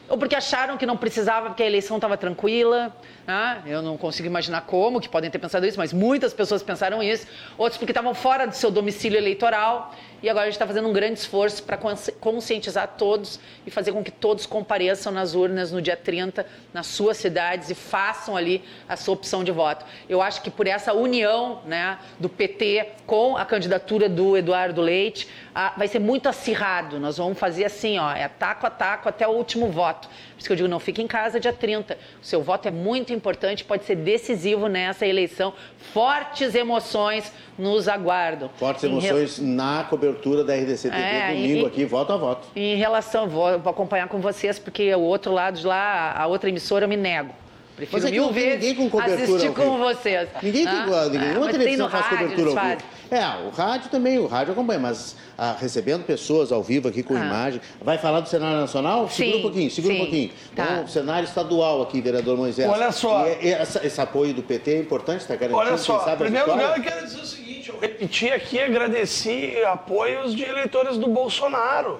ou porque acharam que não precisava, porque a eleição estava tranquila, né? Eu não consigo imaginar como, que podem ter pensado isso, mas muitas pessoas pensaram isso. Outros porque estavam fora do seu domicílio eleitoral, e agora a gente está fazendo um grande esforço para conscientizar todos e fazer com que todos compareçam nas urnas no dia trinta, nas suas cidades, e façam ali a sua opção de voto. Eu acho que por essa união, né, do P T com a candidatura do Eduardo Leite, ah, vai ser muito acirrado. Nós vamos fazer assim, ó, é taco a taco até o último voto. Por isso que eu digo, não fique em casa dia trinta. O seu voto é muito importante, pode ser decisivo nessa eleição. Fortes emoções nos aguardam. Fortes emoções re... na cobertura da R D C T V, é, domingo e, aqui, voto a voto. Em relação, vou, vou acompanhar com vocês, porque o outro lado de lá, a outra emissora, eu me nego. Prefiro Mas é mil vezes com assistir com vocês. Ninguém tem, ah, ninguém, nenhuma ah, televisão faz rádio, cobertura ao vivo. É, o rádio também, o rádio acompanha, mas ah, recebendo pessoas ao vivo aqui com ah. imagem. Vai falar do cenário nacional? Segura sim, um pouquinho, segura sim. um pouquinho. Tá. Então, o cenário estadual aqui, vereador Moisés. Olha só. E, e essa, esse apoio do P T é importante, está garantindo? Olha só, em primeiro lugar eu quero dizer o seguinte, eu repeti aqui e agradeci apoios de eleitores do Bolsonaro.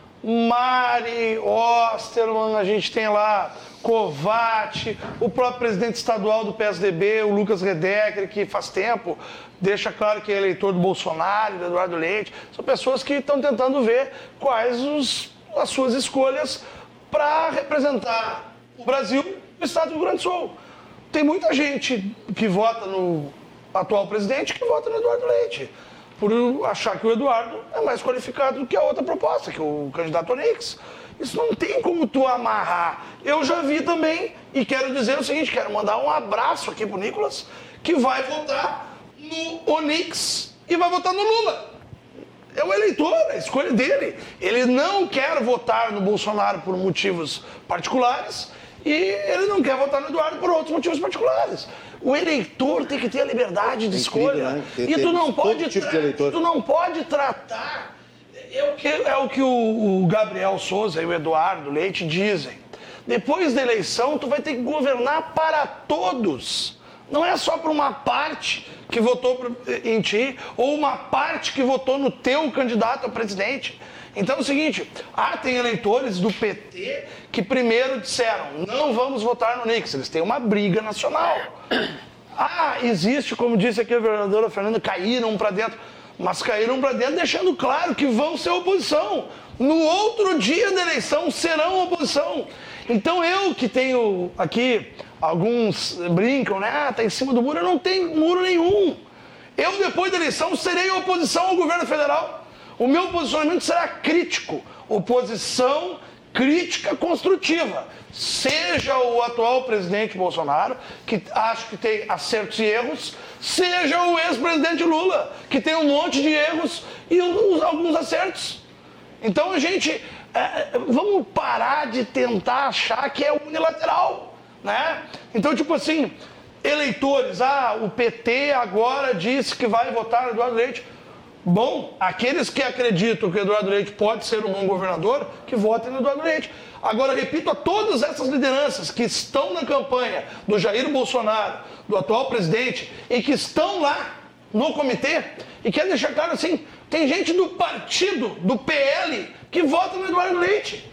Mari, Osterman, a gente tem lá Covatti, o próprio presidente estadual do P S D B, o Lucas Redecker, que faz tempo deixa claro que é eleitor do Bolsonaro, do Eduardo Leite. São pessoas que estão tentando ver quais os, as suas escolhas para representar o Brasil e o estado do Rio Grande do Sul. Tem muita gente que vota no atual presidente que vota no Eduardo Leite, por achar que o Eduardo é mais qualificado do que a outra proposta, que o candidato Onix. Isso não tem como tu amarrar. Eu já vi também, e quero dizer o seguinte, quero mandar um abraço aqui pro Nicolas, que vai votar no Onix e vai votar no Lula. É o eleitor, é a escolha dele. Ele não quer votar no Bolsonaro por motivos particulares e ele não quer votar no Eduardo por outros motivos particulares. O eleitor tem que ter a liberdade de escolha. Incrível, né? Tem, e tu não, pode tipo tra- tu não pode tratar... É o que, é o, que o, o Gabriel Souza e o Eduardo Leite dizem. Depois da eleição, tu vai ter que governar para todos. Não é só para uma parte que votou em ti ou uma parte que votou no teu candidato a presidente. Então é o seguinte, ah, tem eleitores do P T que primeiro disseram, não vamos votar no Nix, eles têm uma briga nacional. Ah, existe, como disse aqui a vereadora Fernanda, caíram para dentro, mas caíram para dentro deixando claro que vão ser oposição. No outro dia da eleição serão oposição. Então eu que tenho aqui, alguns brincam, né, ah, tá em cima do muro, eu não tenho muro nenhum. Eu depois da eleição serei oposição ao governo federal. O meu posicionamento será crítico, oposição crítica construtiva. Seja o atual presidente Bolsonaro, que acho que tem acertos e erros, seja o ex-presidente Lula, que tem um monte de erros e alguns, alguns acertos. Então a gente, é, vamos parar de tentar achar que é unilateral, né? Então, tipo assim, eleitores, ah, o P T agora disse que vai votar no Eduardo Leite. Bom, aqueles que acreditam que o Eduardo Leite pode ser um bom governador, que votem no Eduardo Leite. Agora, repito a todas essas lideranças que estão na campanha do Jair Bolsonaro, do atual presidente, e que estão lá no comitê, e quero deixar claro assim, tem gente do partido, do P L, que vota no Eduardo Leite.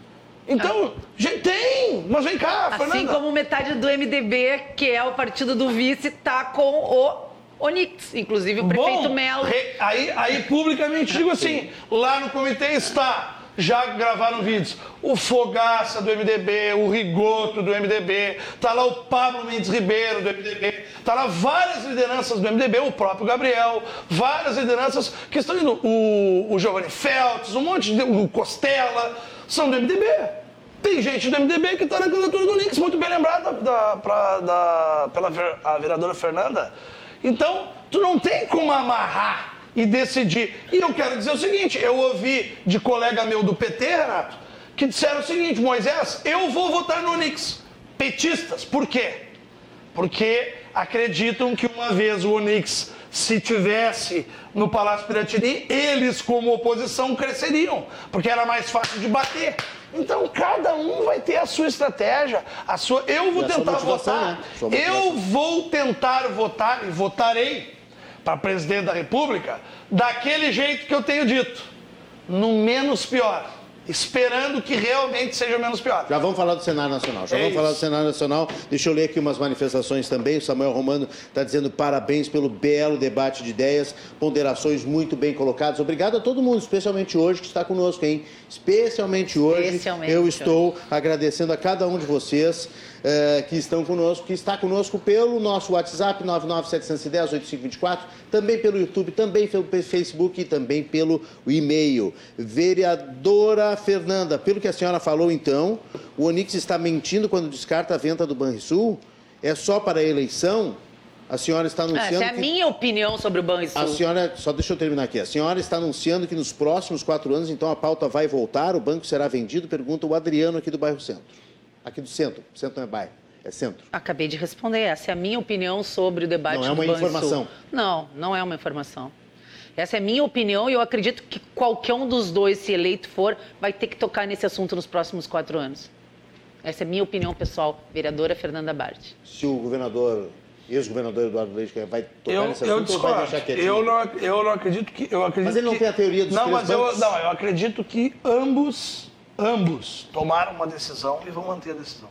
Então, gente, tem, mas vem cá, Fernanda. Assim como metade do M D B, que é o partido do vice, está com o Onix, inclusive o prefeito Bom, Melo. Re, aí, aí publicamente digo assim, lá no comitê está, já gravaram vídeos, o Fogaça do M D B, o Rigoto do M D B, tá lá o Pablo Mendes Ribeiro do M D B, tá lá várias lideranças do M D B, o próprio Gabriel, várias lideranças que estão indo, o, o Giovanni Feltz, um monte de, o Costela, são do M D B. Tem gente do M D B que está na candidatura do Onix, muito bem lembrada da, pra, da, pela a vereadora Fernanda. Então, tu não tem como amarrar e decidir. E eu quero dizer o seguinte, eu ouvi de colega meu do P T, Renato, que disseram o seguinte, Moisés, eu vou votar no Onix. Petistas, por quê? Porque acreditam que uma vez o Onix, se tivesse no Palácio Piratini, eles como oposição cresceriam, porque era mais fácil de bater. Então, cada um vai ter a sua estratégia, a sua... Eu vou tentar votar, né? Eu vou tentar votar e votarei para presidente da República daquele jeito que eu tenho dito, no menos pior. esperando que realmente seja menos pior. Já vamos falar do cenário nacional. Já é vamos isso. falar do cenário nacional. Deixa eu ler aqui umas manifestações também. O Samuel Romano está dizendo parabéns pelo belo debate de ideias, ponderações muito bem colocadas. Obrigado a todo mundo, especialmente hoje que está conosco, hein? Especialmente hoje. Especialmente eu estou agradecendo a cada um de vocês uh, que estão conosco, que está conosco pelo nosso WhatsApp nove nove sete um zero, oito cinco dois quatro, também pelo YouTube, também pelo Facebook e também pelo e-mail. Vereadora Fernanda, pelo que a senhora falou, então, o Onix está mentindo quando descarta a venda do Banrisul? É só para a eleição? A senhora está anunciando Essa é a que... minha opinião sobre o Banrisul. A senhora, só deixa eu terminar aqui. A senhora está anunciando que nos próximos quatro anos, então, a pauta vai voltar, o banco será vendido? Pergunta o Adriano aqui do bairro Centro. Aqui do Centro. Centro não é bairro, é Centro. Acabei de responder. Essa é a minha opinião sobre o debate do Banrisul. Não é uma informação. Não, não é uma informação. Essa é a minha opinião e eu acredito que qualquer um dos dois, se eleito for, vai ter que tocar nesse assunto nos próximos quatro anos. Essa é a minha opinião pessoal, vereadora Fernanda Bart. Se o governador, ex-governador Eduardo Leite vai tocar Eu, nesse eu assunto ou vai deixar discordo. quietinho? Eu não, eu não acredito que... Eu acredito Mas ele não que, tem a teoria dos não, três mas eu, bancos? Não, eu acredito que ambos, ambos tomaram uma decisão e vão manter a decisão.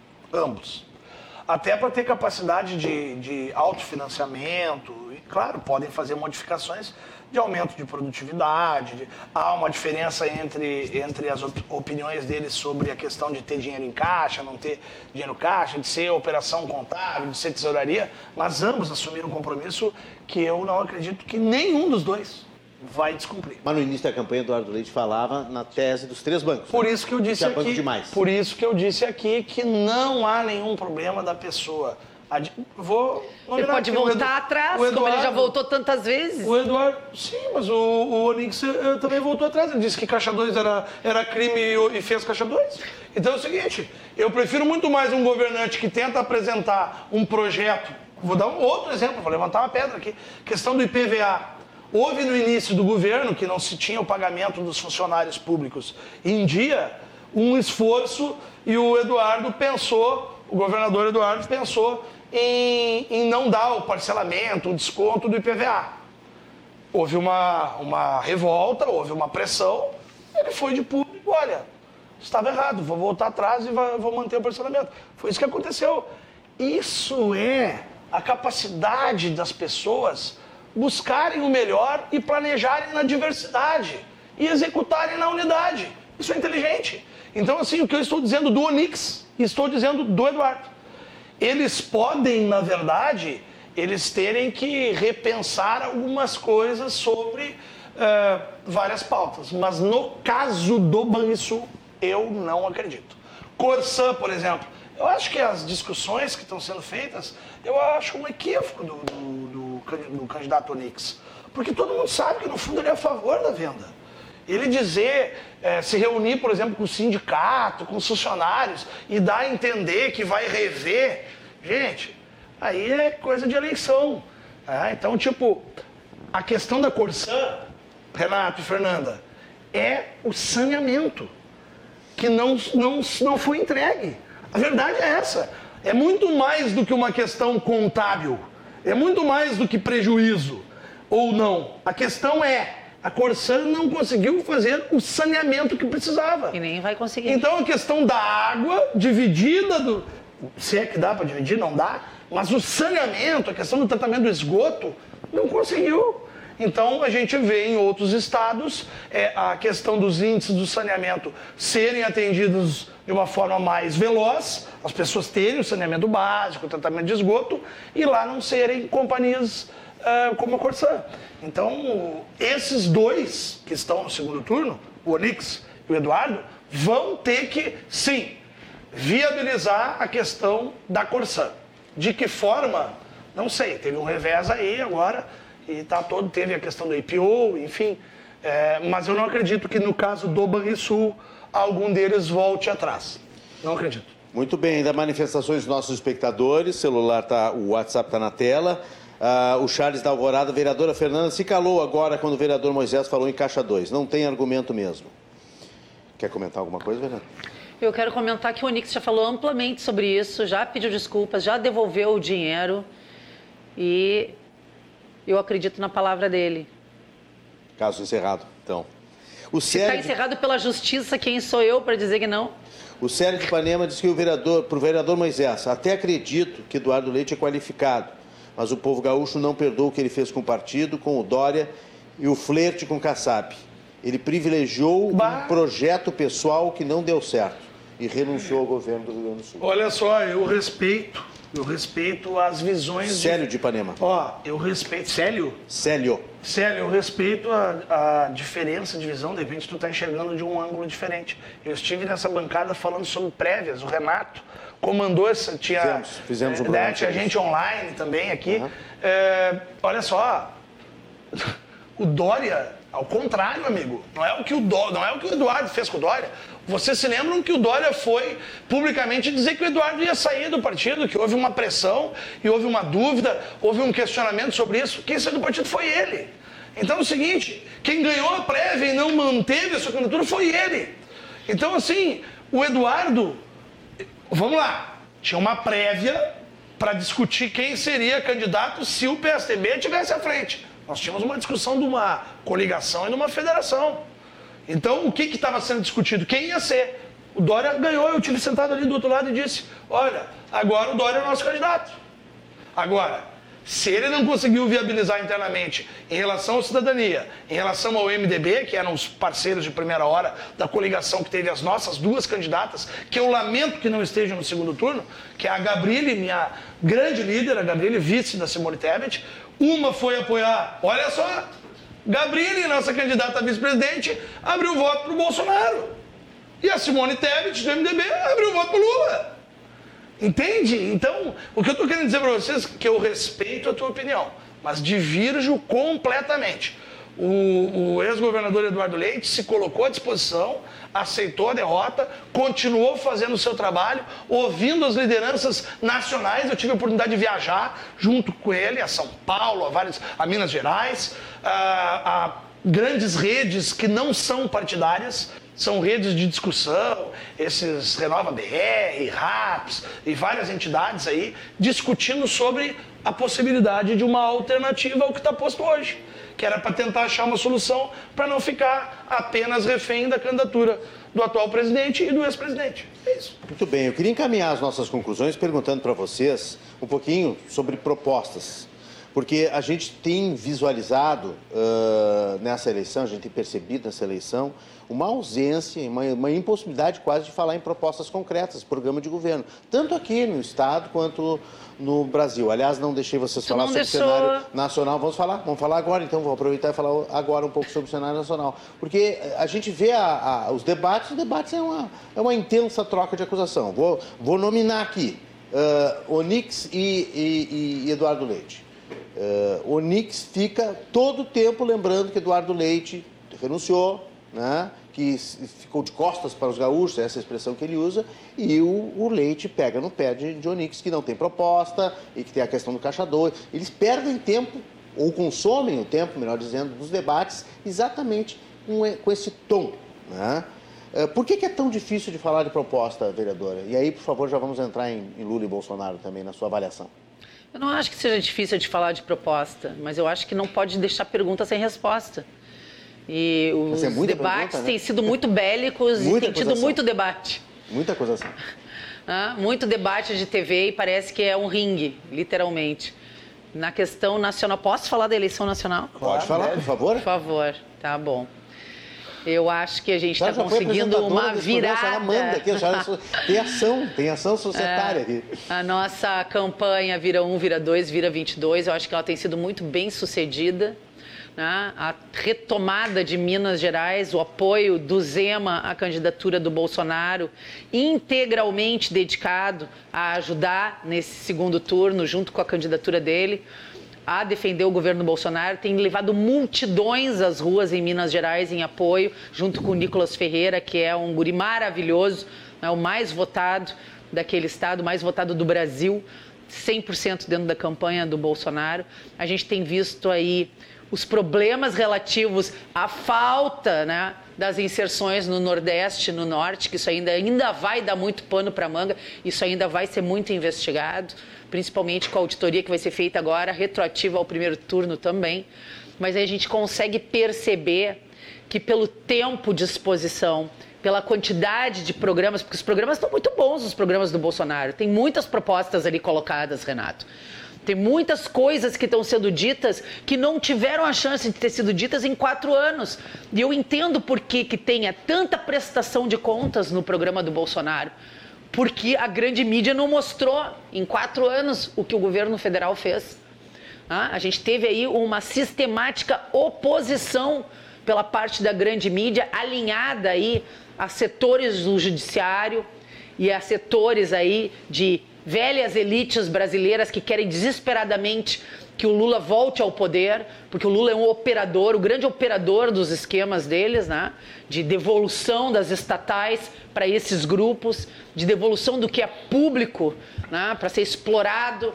Ambos. Até para ter capacidade de, de autofinanciamento. E, claro, podem fazer modificações de aumento de produtividade. De, há uma diferença entre, entre as op, opiniões deles sobre a questão de ter dinheiro em caixa, não ter dinheiro em caixa, de ser operação contábil, de ser tesouraria. Mas ambos assumiram um compromisso que eu não acredito que nenhum dos dois vai descumprir. Mas no início da campanha, Eduardo Leite falava na tese dos três bancos. Por né? isso que eu disse que é banco aqui, demais. por isso que eu disse aqui que não há nenhum problema da pessoa. Ad... Vou Ele pode voltar Edu... atrás, Eduardo... como ele já voltou tantas vezes. O Eduardo, sim, mas o, o Onix uh, também voltou atrás. Ele disse que Caixa dois era, era crime e, e fez Caixa dois. Então é o seguinte, eu prefiro muito mais um governante que tenta apresentar um projeto. Vou dar um outro exemplo, vou levantar uma pedra aqui. Questão do I P V A. Houve no início do governo, que não se tinha o pagamento dos funcionários públicos em dia, um esforço e o Eduardo pensou, o governador Eduardo pensou em, em não dar o parcelamento, o desconto do I P V A. Houve uma, uma revolta, houve uma pressão, ele foi de público, olha, estava errado, vou voltar atrás e vou manter o parcelamento. Foi isso que aconteceu. Isso é a capacidade das pessoas buscarem o melhor e planejarem na diversidade e executarem na unidade. Isso é inteligente. Então, assim, o que eu estou dizendo do Onix, estou dizendo do Eduardo. Eles podem, na verdade, eles terem que repensar algumas coisas sobre uh, várias pautas. Mas no caso do Banrisul, eu não acredito. Corsã, por exemplo, eu acho que as discussões que estão sendo feitas, eu acho um equívoco do, do, do do candidato Onix, porque todo mundo sabe que no fundo ele é a favor da venda. Ele dizer, é, se reunir, por exemplo, com o sindicato, com os funcionários e dar a entender que vai rever, gente, aí é coisa de eleição. Né? Então, tipo, a questão da Corsã, Renato e Fernanda, é o saneamento que não, não, não foi entregue. A verdade é essa. É muito mais do que uma questão contábil. É muito mais do que prejuízo, ou não. A questão é, a Corsã não conseguiu fazer o saneamento que precisava. E nem vai conseguir. Então a questão da água dividida, do, se é que dá para dividir, não dá, mas o saneamento, a questão do tratamento do esgoto, não conseguiu. Então a gente vê em outros estados é, a questão dos índices do saneamento serem atendidos de uma forma mais veloz, as pessoas terem o saneamento básico, o tratamento de esgoto, e lá não serem companhias uh, como a Corsã. Então, esses dois que estão no segundo turno, o Onix e o Eduardo, vão ter que, sim, viabilizar a questão da Corsã. De que forma? Não sei, teve um revés aí agora, e tá todo, teve a questão do I P O, enfim, é, mas eu não acredito que no caso do Banrisul, algum deles volte atrás. Não acredito. Muito bem, ainda manifestações dos nossos espectadores, celular tá, o WhatsApp está na tela. Uh, o Charles da Alvorada, vereadora Fernanda, se calou agora quando o vereador Moisés falou em Caixa dois. Não tem argumento mesmo. Quer comentar alguma coisa, Fernanda? Eu quero comentar que o Onix já falou amplamente sobre isso, já pediu desculpas, já devolveu o dinheiro e eu acredito na palavra dele. Caso encerrado, então. O Se está encerrado pela justiça, quem sou eu para dizer que não? O Célio de Ipanema diz que o vereador, para o vereador Moisés, até acredito que Eduardo Leite é qualificado, mas o povo gaúcho não perdoa o que ele fez com o partido, com o Dória e o flerte com o Kassab. Ele privilegiou bah. um projeto pessoal que não deu certo e renunciou ao governo do Rio Grande do Sul. Olha só, eu respeito, eu respeito as visões... Célio de Ipanema. Ó, eu respeito... Célio? Célio. Célio, eu respeito a, a diferença de visão, de repente tu tá enxergando de um ângulo diferente. Eu estive nessa bancada falando sobre prévias, o Renato comandou essa... Tinha, fizemos, fizemos um é, programa. Tinha gente online também aqui. Uhum. É, olha só, o Dória... Ao contrário, amigo, não é o que o Dó, não é o que o Eduardo fez com o Dória. Vocês se lembram que o Dória foi publicamente dizer que o Eduardo ia sair do partido, que houve uma pressão e houve uma dúvida, houve um questionamento sobre isso. Quem saiu do partido foi ele. Então é o seguinte, quem ganhou a prévia e não manteve a sua candidatura foi ele. Então assim, o Eduardo, vamos lá, tinha uma prévia para discutir quem seria candidato se o P S D B tivesse à frente. Nós tínhamos uma discussão de uma coligação e de uma federação. Então, o que estava sendo discutido? Quem ia ser? O Dória ganhou, eu estive sentado ali do outro lado e disse, olha, agora o Dória é o nosso candidato. Agora, se ele não conseguiu viabilizar internamente em relação à cidadania, em relação ao M D B, que eram os parceiros de primeira hora da coligação que teve as nossas duas candidatas, que eu lamento que não estejam no segundo turno, que é a Gabriele, minha grande líder, a Gabriele, vice da Simone Tebet. Uma foi apoiar, olha só, Gabriele, nossa candidata a vice-presidente, abriu voto para o Bolsonaro. E a Simone Tebet, do M D B, abriu voto para o Lula. Entende? Então, o que eu estou querendo dizer para vocês é que eu respeito a tua opinião, mas divirjo completamente. O, o ex-governador Eduardo Leite se colocou à disposição, aceitou a derrota, continuou fazendo o seu trabalho, ouvindo as lideranças nacionais. Eu tive a oportunidade de viajar junto com ele a São Paulo, a, várias, a Minas Gerais, a, a grandes redes que não são partidárias, são redes de discussão, esses Renova B R, RAPS e várias entidades aí, discutindo sobre a possibilidade de uma alternativa ao que está posto hoje, que era para tentar achar uma solução para não ficar apenas refém da candidatura do atual presidente e do ex-presidente. É isso. Muito bem, eu queria encaminhar as nossas conclusões perguntando para vocês um pouquinho sobre propostas. Porque a gente tem visualizado uh, nessa eleição, a gente tem percebido nessa eleição, uma ausência, uma, uma impossibilidade quase de falar em propostas concretas, programa de governo, tanto aqui no Estado quanto no Brasil. Aliás, não deixei vocês tu falar sobre deixou... o cenário nacional. Vamos falar? Vamos falar agora, então. Vou aproveitar e falar agora um pouco sobre o cenário nacional. Porque a gente vê a, a, os debates, os debates é uma, é uma intensa troca de acusação. Vou, vou nominar aqui uh, Onyx e, e, e Eduardo Leite. Uh, Onyx fica todo o tempo lembrando que Eduardo Leite renunciou, né, que ficou de costas para os gaúchos, essa é a expressão que ele usa, e o, o Leite pega no pé de, de Onyx, que não tem proposta e que tem a questão do caixa dois. Eles perdem tempo, ou consomem o tempo, melhor dizendo, dos debates, exatamente com, com esse tom. Né? Uh, por que, que é tão difícil de falar de proposta, vereadora? E aí, por favor, já vamos entrar em, em Lula e Bolsonaro também, na sua avaliação. Eu não acho que seja difícil de falar de proposta, mas eu acho que não pode deixar pergunta sem resposta. E os é debates pergunta, né? têm sido muito bélicos muita e têm tido muito debate. Muita acusação. Ah, muito debate de T V e parece que é um ringue, literalmente. Na questão nacional, posso falar da eleição nacional? Pode falar, por favor. Por favor, tá bom. Eu acho que a gente está conseguindo uma virada. Ela manda aqui, tem ação, tem ação societária aqui. É, a nossa campanha Vira um, Vira dois, Vira vinte e dois, eu acho que ela tem sido muito bem sucedida. Né? A retomada de Minas Gerais, o apoio do Zema à candidatura do Bolsonaro, integralmente dedicado a ajudar nesse segundo turno, junto com a candidatura dele, a defender o governo Bolsonaro, tem levado multidões às ruas em Minas Gerais em apoio, junto com o Nicolas Ferreira, que é um guri maravilhoso, é o mais votado daquele estado, o mais votado do Brasil, cem por cento dentro da campanha do Bolsonaro. A gente tem visto aí os problemas relativos à falta, né, das inserções no Nordeste, no Norte, que isso ainda, ainda vai dar muito pano para manga, isso ainda vai ser muito investigado, principalmente com a auditoria que vai ser feita agora, retroativa ao primeiro turno também. Mas aí a gente consegue perceber que pelo tempo de exposição, pela quantidade de programas, porque os programas estão muito bons, os programas do Bolsonaro. Tem muitas propostas ali colocadas, Renato. Tem muitas coisas que estão sendo ditas que não tiveram a chance de ter sido ditas em quatro anos. E eu entendo por que, que tenha tanta prestação de contas no programa do Bolsonaro. Porque a grande mídia não mostrou em quatro anos o que o governo federal fez. Ah, a gente teve aí uma sistemática oposição pela parte da grande mídia, alinhada aí a setores do judiciário e a setores aí de velhas elites brasileiras que querem desesperadamente que o Lula volte ao poder, porque o Lula é um operador, o grande operador dos esquemas deles, né? De devolução das estatais para esses grupos, de devolução do que é público, né? Para ser explorado.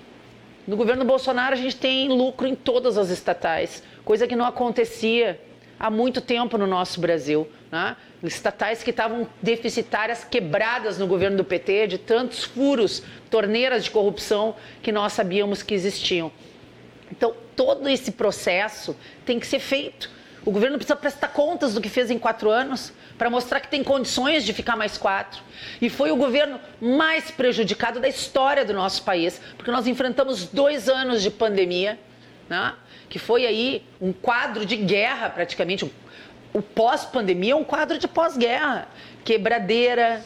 No governo Bolsonaro a gente tem lucro em todas as estatais, coisa que não acontecia há muito tempo no nosso Brasil, né? Estatais que estavam deficitárias, quebradas no governo do P T, de tantos furos, torneiras de corrupção que nós sabíamos que existiam. Então, todo esse processo tem que ser feito. O governo precisa prestar contas do que fez em quatro anos para mostrar que tem condições de ficar mais quatro. E foi o governo mais prejudicado da história do nosso país, porque nós enfrentamos dois anos de pandemia, né? Que foi aí um quadro de guerra praticamente. O pós-pandemia é um quadro de pós-guerra. Quebradeira,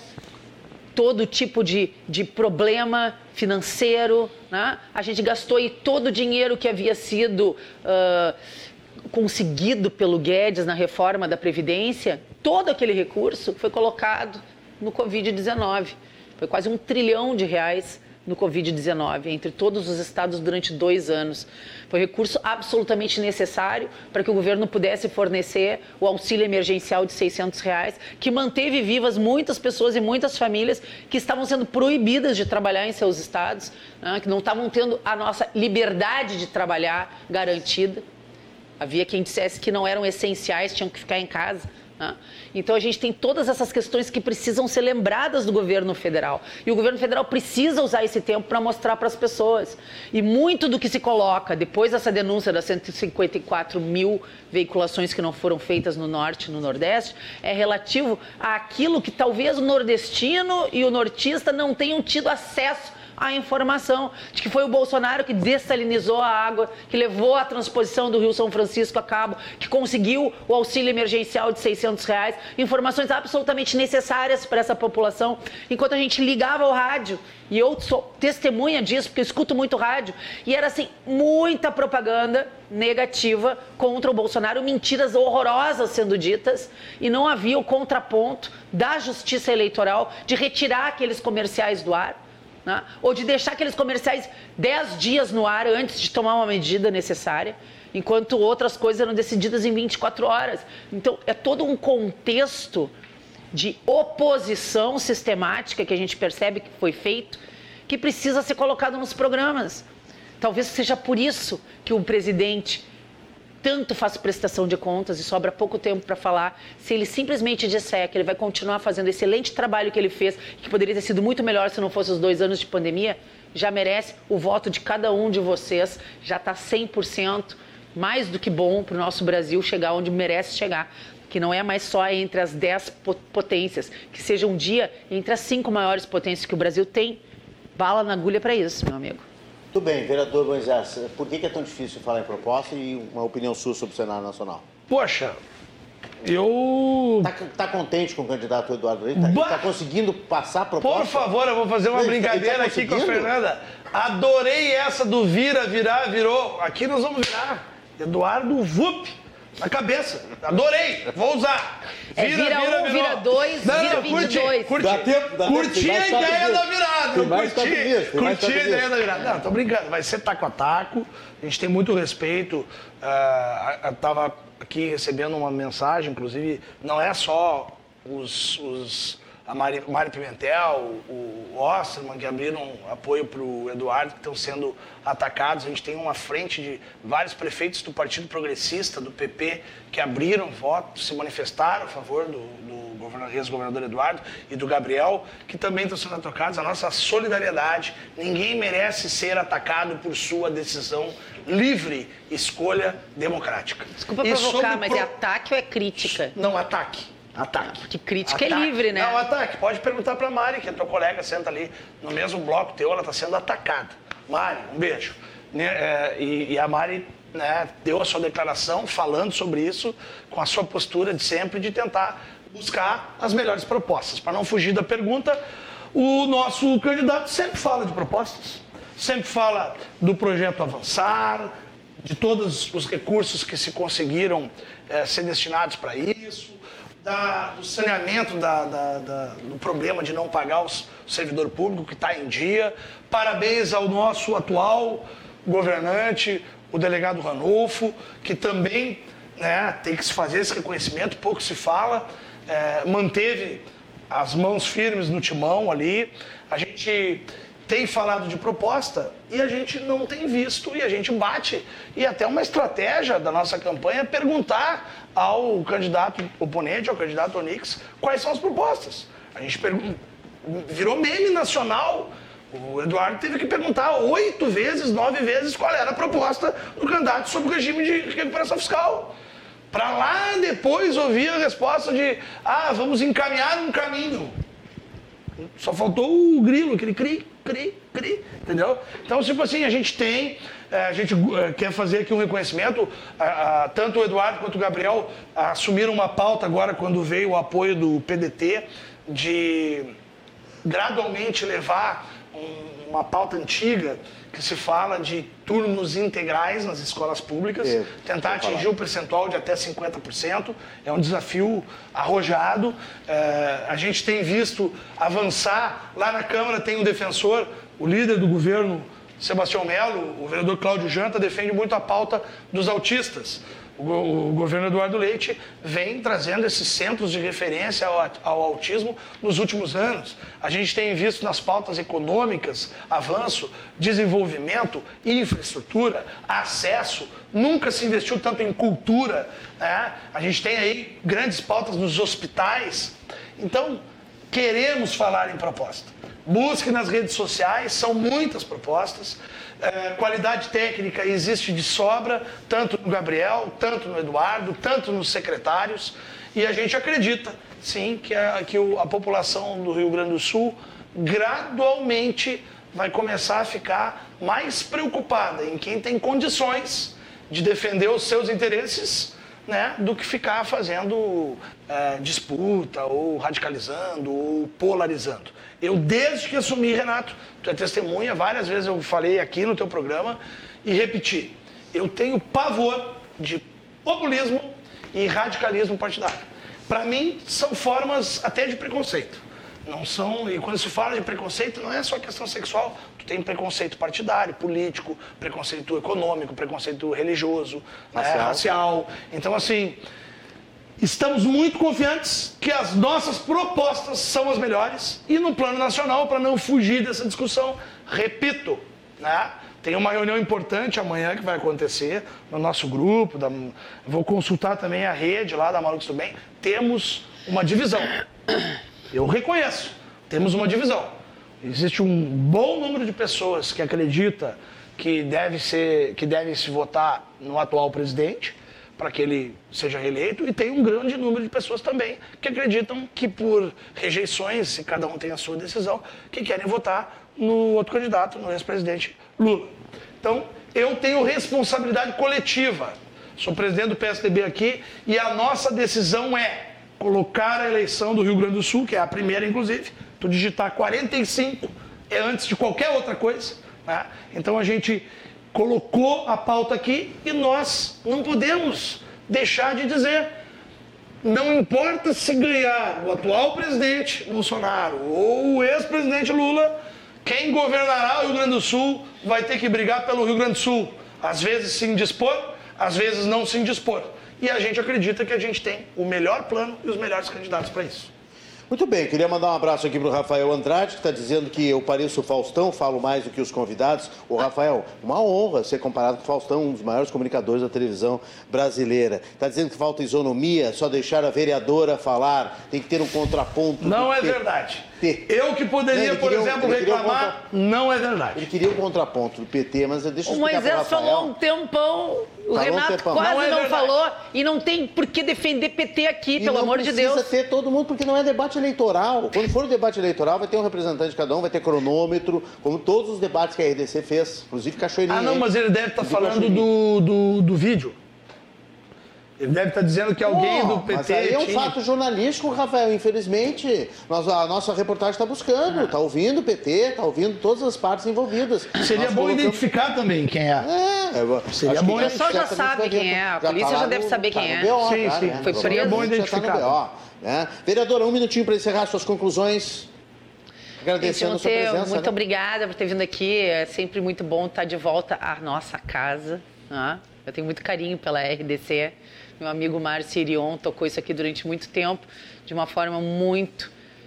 todo tipo de, de problema financeiro, né? A gente gastou aí todo o dinheiro que havia sido uh, conseguido pelo Guedes na reforma da Previdência. Todo aquele recurso foi colocado no covid dezenove. Foi quase um trilhão de reais no covid dezenove, entre todos os estados durante dois anos. Foi recurso absolutamente necessário para que o governo pudesse fornecer o auxílio emergencial de seiscentos reais, que manteve vivas muitas pessoas e muitas famílias que estavam sendo proibidas de trabalhar em seus estados, né, que não estavam tendo a nossa liberdade de trabalhar garantida. Havia quem dissesse que não eram essenciais, tinham que ficar em casa. Então a gente tem todas essas questões que precisam ser lembradas do governo federal. E o governo federal precisa usar esse tempo para mostrar para as pessoas. E muito do que se coloca depois dessa denúncia das cento e cinquenta e quatro mil veiculações que não foram feitas no Norte e no Nordeste é relativo àquilo que talvez o nordestino e o nortista não tenham tido acesso a informação de que foi o Bolsonaro que dessalinizou a água, que levou a transposição do Rio São Francisco a cabo, que conseguiu o auxílio emergencial de seiscentos reais, informações absolutamente necessárias para essa população. Enquanto a gente ligava ao rádio, e eu sou testemunha disso, porque eu escuto muito rádio, e era assim, muita propaganda negativa contra o Bolsonaro, mentiras horrorosas sendo ditas, e não havia o contraponto da Justiça Eleitoral de retirar aqueles comerciais do ar, né? Ou de deixar aqueles comerciais dez dias no ar antes de tomar uma medida necessária, enquanto outras coisas eram decididas em vinte e quatro horas. Então, é todo um contexto de oposição sistemática que a gente percebe que foi feito, que precisa ser colocado nos programas. Talvez seja por isso que o presidente tanto faz prestação de contas e sobra pouco tempo para falar. Se ele simplesmente disser que ele vai continuar fazendo o excelente trabalho que ele fez, que poderia ter sido muito melhor se não fosse os dois anos de pandemia, já merece o voto de cada um de vocês, já está cem por cento, mais do que bom para o nosso Brasil chegar onde merece chegar, que não é mais só entre as dez potências, que seja um dia entre as cinco maiores potências que o Brasil tem. Bala na agulha para isso, meu amigo. Tudo bem, vereador Moisés, por que é tão difícil falar em proposta e uma opinião sua sobre o cenário nacional? Poxa, eu... Tá, tá contente com o candidato Eduardo Leite? Tá, ba... tá conseguindo passar a proposta? Por favor, eu vou fazer uma ele, brincadeira ele tá aqui com a Fernanda. Adorei essa do vira, virar, virou. Aqui nós vamos virar. Eduardo Vup. Na cabeça. Adorei. Vou usar. Vira, é, vira, vira um, vira dois, não, vira vinte e dois. Curti, dá tempo, dá curti tempo. a ideia da virada. Eu curti, dias, curti a ideia da virada. Não, tô brincando. Vai ser taco a taco. A gente tem muito respeito. Uh, eu tava aqui recebendo uma mensagem, inclusive, não é só os, os a Mari, Mari Pimentel, o Osterman, que abriram apoio para o Eduardo, que estão sendo atacados. A gente tem uma frente de vários prefeitos do Partido Progressista, do P P, que abriram votos, se manifestaram a favor do, do governador, ex-governador Eduardo e do Gabriel, que também estão sendo atacados. A nossa solidariedade. Ninguém merece ser atacado por sua decisão livre, escolha democrática. Desculpa provocar, mas pro... é ataque ou é crítica? Não, ataque. Ataque. Porque crítica ataque. é livre, né? Não, ataque. Pode perguntar pra Mari, que é tua colega, senta ali no mesmo bloco teu, ela está sendo atacada. Mari, um beijo. É, e, e a Mari, né, deu a sua declaração falando sobre isso, com a sua postura de sempre de tentar buscar as melhores propostas. Para não fugir da pergunta, o nosso candidato sempre fala de propostas, sempre fala do projeto Avançar, de todos os recursos que se conseguiram é, ser destinados para isso, Da, do saneamento da, da, da, do problema de não pagar os, o servidor público, que está em dia. Parabéns ao nosso atual governante, o delegado Ranolfo, que também, né, tem que se fazer esse reconhecimento, pouco se fala, é, manteve as mãos firmes no timão ali. A gente tem falado de proposta e a gente não tem visto, e a gente bate. E até uma estratégia da nossa campanha é perguntar ao candidato oponente, ao candidato Onix, quais são as propostas. A gente pergunta, virou meme nacional. O Eduardo teve que perguntar oito vezes, nove vezes qual era a proposta do candidato sobre o regime de recuperação fiscal. Para lá depois ouvir a resposta de, ah, vamos encaminhar um caminho. Só faltou o grilo, aquele cri, cri, cri, entendeu? Então, tipo assim, a gente tem, a gente quer fazer aqui um reconhecimento, tanto o Eduardo quanto o Gabriel assumiram uma pauta agora, quando veio o apoio do P D T, de gradualmente levar uma pauta antiga, que se fala de turnos integrais nas escolas públicas, é, tentar atingir o percentual de até cinquenta por cento. É um desafio arrojado. É, a gente tem visto avançar. Lá na Câmara tem um defensor, o líder do governo, Sebastião Melo, o vereador Cláudio Janta, defende muito a pauta dos autistas. O, o governo Eduardo Leite vem trazendo esses centros de referência ao, ao autismo nos últimos anos. A gente tem visto nas pautas econômicas avanço, desenvolvimento, infraestrutura, acesso. Nunca se investiu tanto em cultura, né? A gente tem aí grandes pautas nos hospitais. Então, queremos falar em proposta. Busque nas redes sociais, são muitas propostas. É, qualidade técnica existe de sobra, tanto no Gabriel, tanto no Eduardo, tanto nos secretários. E a gente acredita, sim, que a, que o, a população do Rio Grande do Sul gradualmente vai começar a ficar mais preocupada em quem tem condições de defender os seus interesses, né, do que ficar fazendo é, disputa, ou radicalizando, ou polarizando. Eu, desde que assumi, Renato, tu é testemunha, várias vezes eu falei aqui no teu programa e repeti, eu tenho pavor de populismo e radicalismo partidário. Para mim, são formas até de preconceito. Não são, e quando se fala de preconceito, não é só questão sexual. Tu tem preconceito partidário, político, preconceito econômico, preconceito religioso, racial. Né, racial. Então, assim, estamos muito confiantes que as nossas propostas são as melhores. E no plano nacional, para não fugir dessa discussão, repito, né, tem uma reunião importante amanhã que vai acontecer no nosso grupo. Da, vou consultar também a rede lá da Malucos do Bem. Temos uma divisão. Eu reconheço, temos uma divisão. Existe um bom número de pessoas que acredita que deve ser, que deve se votar no atual presidente para que ele seja reeleito, e tem um grande número de pessoas também que acreditam que, por rejeições, se cada um tem a sua decisão, que querem votar no outro candidato, no ex-presidente Lula. Então, eu tenho responsabilidade coletiva. Sou presidente do P S D B aqui e a nossa decisão é colocar a eleição do Rio Grande do Sul, que é a primeira, inclusive, tu digitar quarenta e cinco é antes de qualquer outra coisa, né? Então a gente colocou a pauta aqui e nós não podemos deixar de dizer, não importa se ganhar o atual presidente Bolsonaro ou o ex-presidente Lula, quem governará o Rio Grande do Sul vai ter que brigar pelo Rio Grande do Sul, às vezes se indispor, às vezes não se indispor. E a gente acredita que a gente tem o melhor plano e os melhores candidatos para isso. Muito bem, queria mandar um abraço aqui para o Rafael Andrade, que está dizendo que eu pareço o Faustão, falo mais do que os convidados. Ô, Rafael, uma honra ser comparado com o Faustão, um dos maiores comunicadores da televisão brasileira. Está dizendo que falta isonomia, só deixar a vereadora falar, tem que ter um contraponto. Não é verdade. Eu que poderia, por exemplo, reclamar, não é verdade. Ele queria um contraponto do P T, mas deixa eu explicar para o Moisés Rafael. falou um tempão, o Renato quase não falou, e não tem por que defender P T aqui, pelo amor de Deus. Não precisa ter todo mundo, porque não é debate eleitoral. Quando for o debate eleitoral, vai ter um representante de cada um, vai ter cronômetro, como todos os debates que a R D C fez, inclusive Cachoeirinha. Ah, não, mas ele deve estar falando do, do, do vídeo. Ele deve estar dizendo que alguém oh, do P T... Mas aí é um tinha... fato jornalístico, Rafael, infelizmente. Nós, a nossa reportagem está buscando, está ouvindo o P T, está ouvindo todas as partes envolvidas. Seria nós bom colocamos... identificar também quem é. É, seria bom. O pessoal já sabe quem é, a polícia já, já deve saber quem é. B O, sim, tá, sim. Né? Foi preso. Bom identificar. Tá né? Vereadora, um minutinho para encerrar suas conclusões. Agradecendo a sua presença. Muito né? obrigada por ter vindo aqui. É sempre muito bom estar de volta à nossa casa. Né? Eu tenho muito carinho pela R D C. Meu amigo Márcio Irion tocou isso aqui durante muito tempo, de uma forma muito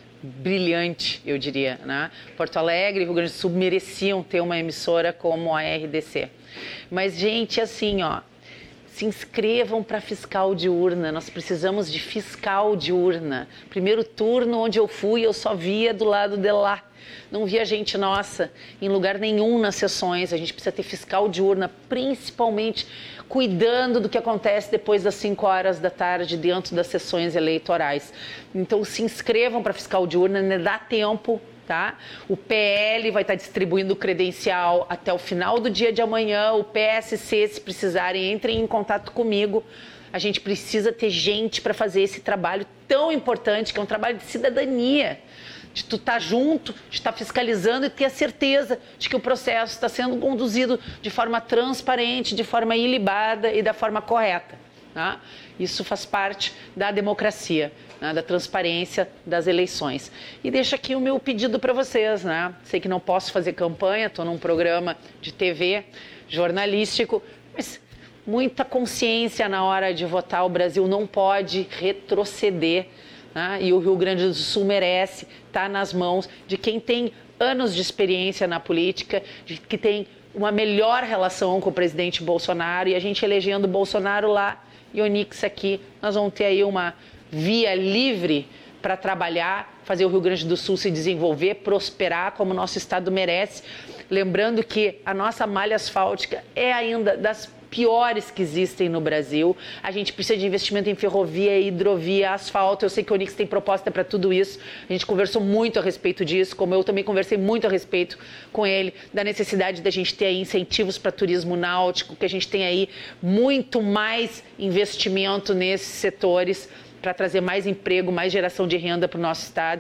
brilhante, eu diria. Né? Porto Alegre e Rio Grande do Sul mereciam ter uma emissora como a R D C. Mas, gente, assim, ó, se inscrevam para fiscal de urna. Nós precisamos de fiscal de urna. Primeiro turno, onde eu fui, eu só via do lado de lá. Não via gente nossa em lugar nenhum nas sessões. A gente precisa ter fiscal de urna, principalmente cuidando do que acontece depois das cinco horas da tarde dentro das sessões eleitorais. Então, se inscrevam para fiscal de urna, né? Dá tempo, tá? O P L vai estar distribuindo o credencial até o final do dia de amanhã. O P S C, se precisarem, entrem em contato comigo. A gente precisa ter gente para fazer esse trabalho tão importante, que é um trabalho de cidadania. De tu estar junto, de estar fiscalizando e ter a certeza de que o processo está sendo conduzido de forma transparente, de forma ilibada e da forma correta. Tá? Isso faz parte da democracia, né? Da transparência das eleições. E deixo aqui o meu pedido para vocês. Né? Sei que não posso fazer campanha, estou num programa de T V jornalístico, mas muita consciência na hora de votar. O Brasil não pode retroceder. Ah, e o Rio Grande do Sul merece estar nas mãos de quem tem anos de experiência na política, de que tem uma melhor relação com o presidente Bolsonaro, e a gente elegendo Bolsonaro lá e Onix aqui, nós vamos ter aí uma via livre para trabalhar, fazer o Rio Grande do Sul se desenvolver, prosperar como o nosso estado merece. Lembrando que a nossa malha asfáltica é ainda das piores que existem no Brasil. A gente precisa de investimento em ferrovia, hidrovia, asfalto. Eu sei que o Onix tem proposta para tudo isso. A gente conversou muito a respeito disso, como eu também conversei muito a respeito com ele, da necessidade da gente ter aí incentivos para turismo náutico, que a gente tem aí muito mais investimento nesses setores para trazer mais emprego, mais geração de renda para o nosso estado.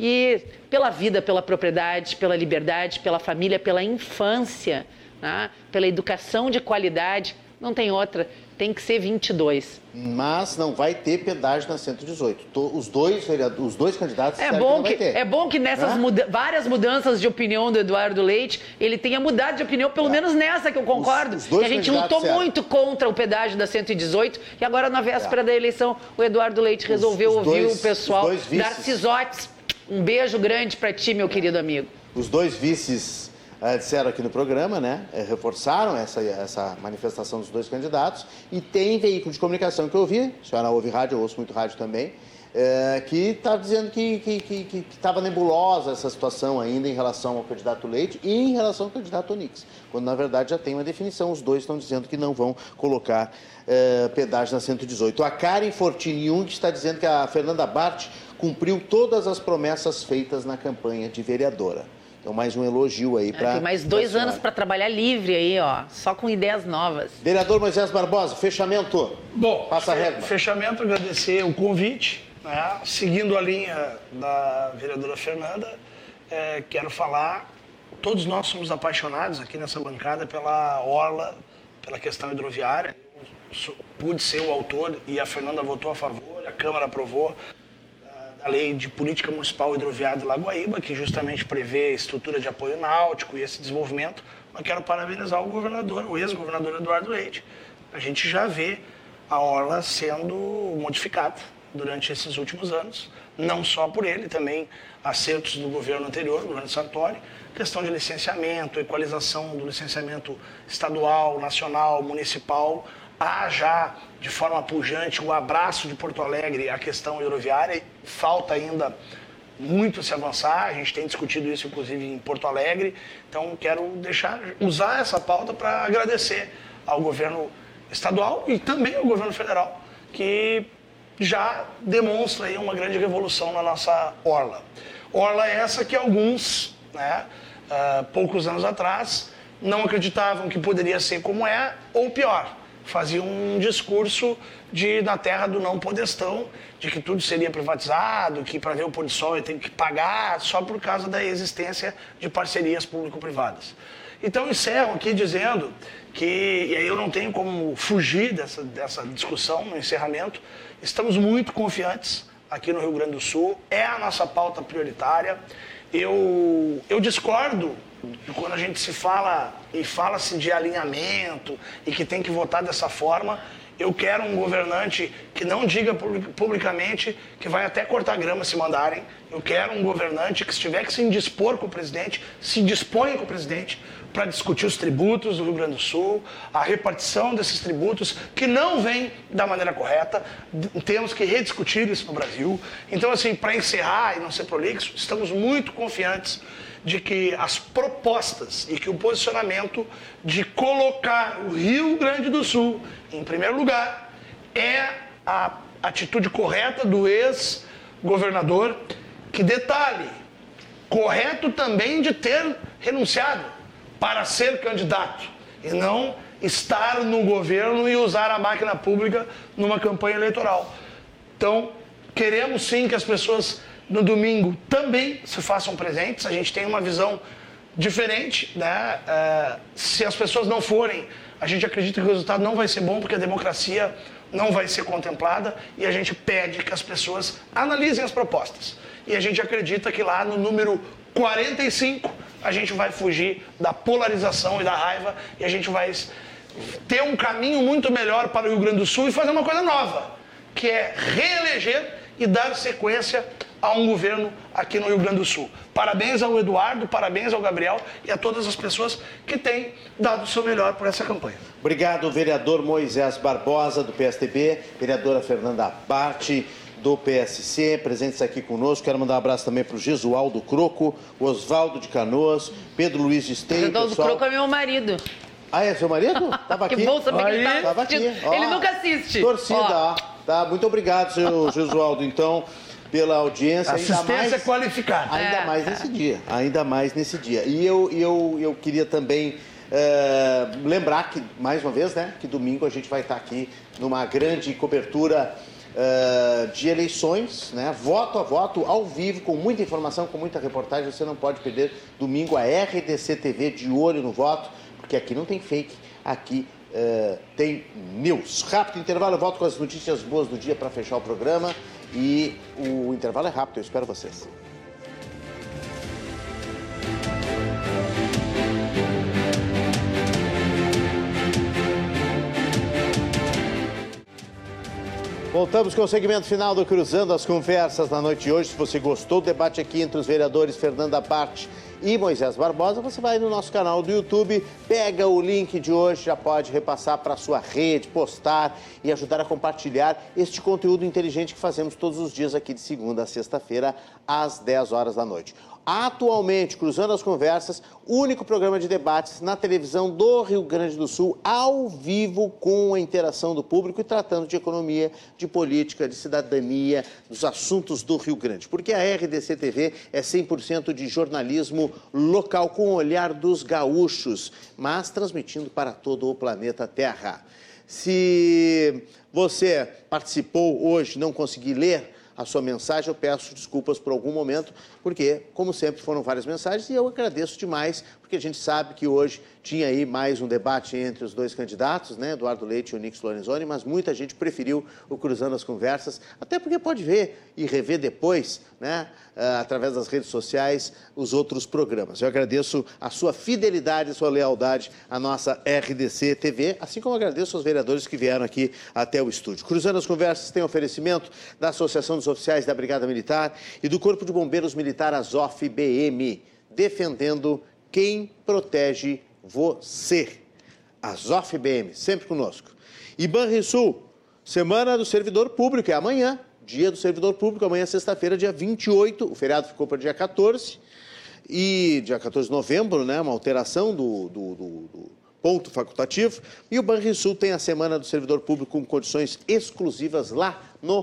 E pela vida, pela propriedade, pela liberdade, pela família, pela infância, né? Pela educação de qualidade, não tem outra, tem que ser vinte e dois. Mas não vai ter pedágio na cento e dezoito. Os dois, os dois candidatos é bom que, que É bom que nessas muda várias mudanças de opinião do Eduardo Leite, ele tenha mudado de opinião, pelo é. menos nessa que eu concordo. Os, os dois que a gente lutou certo. muito contra o pedágio da cento e dezoito, e agora na véspera é. da eleição o Eduardo Leite resolveu os, os ouvir dois, o pessoal. Dar Cisotes, um beijo grande para ti, meu querido amigo. Os dois vices Uh, disseram aqui no programa, né, reforçaram essa, essa manifestação dos dois candidatos, e tem veículo de comunicação que eu ouvi, a senhora ouve rádio, eu ouço muito rádio também, uh, que está dizendo que estava nebulosa essa situação ainda em relação ao candidato Leite e em relação ao candidato Onix, quando na verdade já tem uma definição, os dois estão dizendo que não vão colocar uh, pedágio na cento e dezoito. A Karen Fortini Jung está dizendo que a Fernanda Bart cumpriu todas as promessas feitas na campanha de vereadora. Então, mais um elogio aí para... É, tem mais dois anos para trabalhar livre aí, ó, só com ideias novas. Vereador Moisés Barbosa, fechamento. Bom, passa a régua. Fechamento, agradecer o convite, né? Seguindo a linha da vereadora Fernanda, é, quero falar, todos nós somos apaixonados aqui nessa bancada pela orla, pela questão hidroviária. Eu pude ser o autor e a Fernanda votou a favor, a Câmara aprovou a Lei de Política Municipal Hidroviária do Lagoaíba, que justamente prevê estrutura de apoio náutico e esse desenvolvimento. Mas quero parabenizar o governador, o ex-governador Eduardo Leite. A gente já vê a orla sendo modificada, durante esses últimos anos, não só por ele, também acertos do governo anterior, do governo Sartori, questão de licenciamento, equalização do licenciamento estadual, nacional, municipal. Há já, de forma pujante, o abraço de Porto Alegre à questão aeroviária. Falta ainda muito a se avançar, a gente tem discutido isso, inclusive, em Porto Alegre. Então, quero deixar, usar essa pauta para agradecer ao governo estadual e também ao governo federal, que já demonstra aí uma grande revolução na nossa orla. Orla essa que alguns, né, uh, poucos anos atrás, não acreditavam que poderia ser como é, ou pior, faziam um discurso de, na terra do não podestão, de que tudo seria privatizado, que para ver o pôr do sol eu tenho que pagar, só por causa da existência de parcerias público-privadas. Então, encerro aqui dizendo que, e aí eu não tenho como fugir dessa, dessa discussão no encerramento, estamos muito confiantes aqui no Rio Grande do Sul, é a nossa pauta prioritária. Eu, eu discordo de quando a gente se fala e fala-se de alinhamento e que tem que votar dessa forma. Eu quero um governante que não diga publicamente que vai até cortar grama se mandarem. Eu quero um governante que, se tiver que se indispor com o presidente, se disponha com o presidente para discutir os tributos do Rio Grande do Sul, a repartição desses tributos que não vem da maneira correta. Temos que rediscutir isso no Brasil. Então, assim, para encerrar e não ser prolixo, estamos muito confiantes de que as propostas e que o posicionamento de colocar o Rio Grande do Sul em primeiro lugar é a atitude correta do ex-governador, que, detalhe, correto também de ter renunciado para ser candidato e não estar no governo e usar a máquina pública numa campanha eleitoral. Então, queremos sim que as pessoas no domingo também se façam presentes. A gente tem uma visão diferente, né? Uh, se as pessoas não forem, a gente acredita que o resultado não vai ser bom, porque a democracia não vai ser contemplada, e a gente pede que as pessoas analisem as propostas. E a gente acredita que lá no número quarenta e cinco a gente vai fugir da polarização e da raiva, e a gente vai ter um caminho muito melhor para o Rio Grande do Sul e fazer uma coisa nova, que é reeleger e dar sequência a um governo aqui no Rio Grande do Sul. Parabéns ao Eduardo, parabéns ao Gabriel e a todas as pessoas que têm dado o seu melhor por essa campanha. Obrigado, vereador Moisés Barbosa, do P S D B, vereadora Fernanda Bart, do P S C, presentes aqui conosco. Quero mandar um abraço também para o Jesualdo Croco, Oswaldo de Canoas, Pedro Luiz de Esteio. Oswaldo pessoal... Croco é meu marido. Ah, é seu marido? Tava aqui. Que bom saber que ele tá Tava aqui. Ele Ó, nunca assiste. Torcida, ó. Tá, muito obrigado, seu Jesualdo, então, pela audiência. Assistência ainda mais, qualificada. Ainda É. mais nesse dia, ainda mais nesse dia. E eu, eu, eu queria também é, lembrar que, mais uma vez, né, que domingo a gente vai estar aqui numa grande cobertura é, de eleições, né, voto a voto, ao vivo, com muita informação, com muita reportagem. Você não pode perder domingo a R D C T V, de olho no voto, porque aqui não tem fake, aqui Uh, tem news. Rápido intervalo, eu volto com as notícias boas do dia para fechar o programa. E o intervalo é rápido, eu espero vocês. Voltamos com o segmento final do Cruzando as Conversas na noite de hoje. Se você gostou do debate aqui entre os vereadores Fernanda Bart e Moisés Barbosa, você vai no nosso canal do YouTube, pega o link de hoje, já pode repassar para a sua rede, postar e ajudar a compartilhar este conteúdo inteligente que fazemos todos os dias aqui de segunda a sexta-feira, às dez horas da noite. Atualmente, Cruzando as Conversas, único programa de debates na televisão do Rio Grande do Sul, ao vivo, com a interação do público e tratando de economia, de política, de cidadania, dos assuntos do Rio Grande. Porque a R D C T V é cem por cento de jornalismo local, com o olhar dos gaúchos, mas transmitindo para todo o planeta Terra. Se você participou hoje e não conseguiu ler a sua mensagem, eu peço desculpas por algum momento, porque, como sempre, foram várias mensagens e eu agradeço demais, porque porque a gente sabe que hoje tinha aí mais um debate entre os dois candidatos, né, Eduardo Leite e o Onyx Lorenzoni, mas muita gente preferiu o Cruzando as Conversas, até porque pode ver e rever depois, né, através das redes sociais, os outros programas. Eu agradeço a sua fidelidade, a sua lealdade à nossa R D C T V, assim como agradeço aos vereadores que vieram aqui até o estúdio. Cruzando as Conversas tem oferecimento da Associação dos Oficiais da Brigada Militar e do Corpo de Bombeiros Militar Azof B M, defendendo quem protege você. Azof B M, sempre conosco. E Banrisul, Semana do Servidor Público, é amanhã, Dia do Servidor Público, amanhã sexta-feira, dia vinte e oito, o feriado ficou para dia quatorze, e dia quatorze de novembro, né, uma alteração do, do, do, do ponto facultativo, e o Banrisul tem a Semana do Servidor Público com condições exclusivas lá no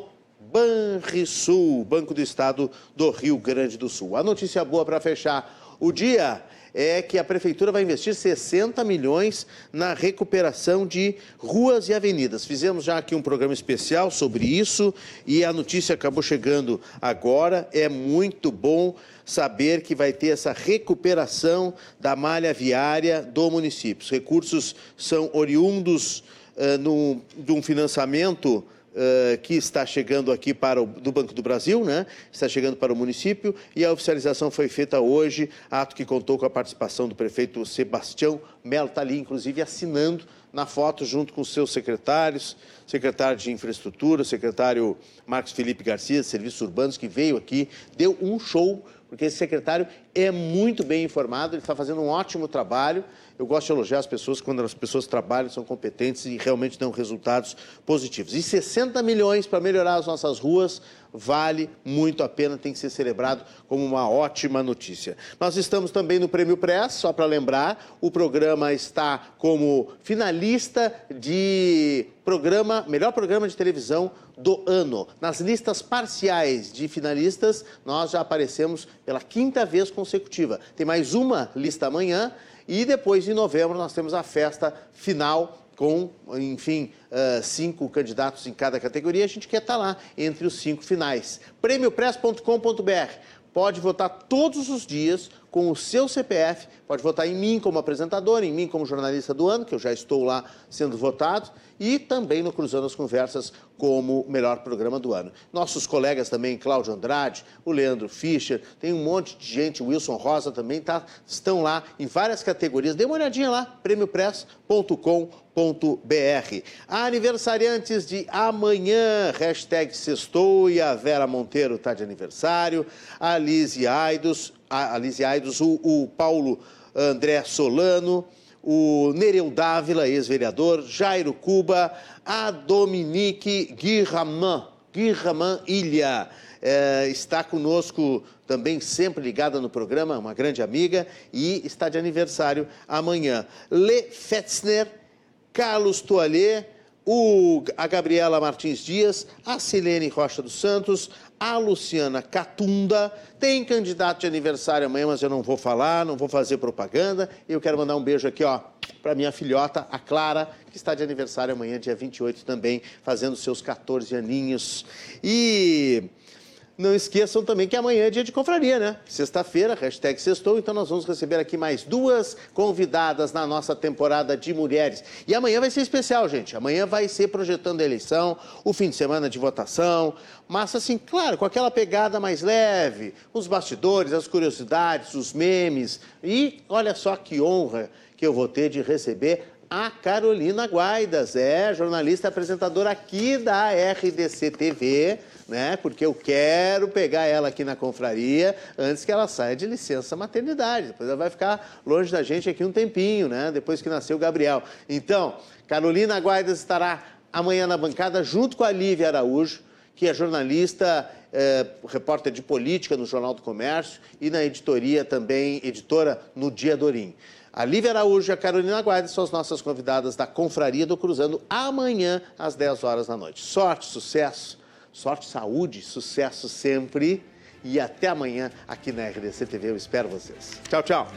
Banrisul, Banco do Estado do Rio Grande do Sul. A notícia boa para fechar o dia é que a Prefeitura vai investir sessenta milhões na recuperação de ruas e avenidas. Fizemos já aqui um programa especial sobre isso e a notícia acabou chegando agora. É muito bom saber que vai ter essa recuperação da malha viária do município. Os recursos são oriundos uh, no, de um financiamento Uh, que está chegando aqui para o, do Banco do Brasil, né? Está chegando para o município e a oficialização foi feita hoje, ato que contou com a participação do prefeito Sebastião Melo, está ali inclusive assinando na foto junto com os seus secretários, secretário de Infraestrutura, secretário Marcos Felipe Garcia, de Serviços Urbanos, que veio aqui, deu um show, porque esse secretário é muito bem informado, ele está fazendo um ótimo trabalho. Eu gosto de elogiar as pessoas quando as pessoas trabalham, são competentes e realmente dão resultados positivos. E sessenta milhões para melhorar as nossas ruas vale muito a pena, tem que ser celebrado como uma ótima notícia. Nós estamos também no Prêmio Press, só para lembrar, o programa está como finalista de programa, melhor programa de televisão do ano. Nas listas parciais de finalistas, nós já aparecemos pela quinta vez consecutiva. Tem mais uma lista amanhã e depois, em novembro, nós temos a festa final com, enfim, uh, cinco candidatos em cada categoria. A gente quer estar lá entre os cinco finais. prêmio press ponto com ponto br. Pode votar todos os dias com o seu C P F, pode votar em mim como apresentador, em mim como jornalista do ano, que eu já estou lá sendo votado, e também no Cruzando as Conversas como melhor programa do ano. Nossos colegas também, Cláudio Andrade, o Leandro Fischer, tem um monte de gente, o Wilson Rosa também, tá, estão lá em várias categorias. Dê uma olhadinha lá, prêmio press ponto com ponto br. Aniversariantes de amanhã, hashtag sextou e a Vera Monteiro está de aniversário, a Alice Aidos, a Alice Aidos, o, o Paulo André Solano, o Nereu Dávila, ex-vereador, Jairo Cuba, a Dominique Guirraman, Guirraman Ilha, é, está conosco também sempre ligada no programa, uma grande amiga, e está de aniversário amanhã. Le Fetzner, Carlos Toalhet, o, a Gabriela Martins Dias, a Silene Rocha dos Santos, a Luciana Catunda. Tem candidato de aniversário amanhã, mas eu não vou falar, não vou fazer propaganda. Eu quero mandar um beijo aqui, ó, para minha filhota, a Clara, que está de aniversário amanhã, dia vinte e oito também, fazendo seus quatorze aninhos. E não esqueçam também que amanhã é dia de confraria, né? Sexta-feira, hashtag sextou, então nós vamos receber aqui mais duas convidadas na nossa temporada de mulheres. E amanhã vai ser especial, gente. Amanhã vai ser projetando a eleição, o fim de semana de votação, mas assim, claro, com aquela pegada mais leve, os bastidores, as curiosidades, os memes. E olha só que honra que eu vou ter de receber a Carolina Guaidas, é jornalista e apresentadora aqui da R D C T V, né? Porque eu quero pegar ela aqui na confraria antes que ela saia de licença maternidade. Depois ela vai ficar longe da gente aqui um tempinho, né? Depois que nasceu o Gabriel. Então, Carolina Guaidas estará amanhã na bancada junto com a Lívia Araújo, que é jornalista, é, repórter de política no Jornal do Comércio e na editoria também, editora no Dia Dorim. A Lívia Araújo e a Carolina Guaidas são as nossas convidadas da Confraria do Cruzando amanhã às dez horas da noite. Sorte, sucesso, sorte, saúde, sucesso sempre e até amanhã aqui na R D C T V. Eu espero vocês. Tchau, tchau.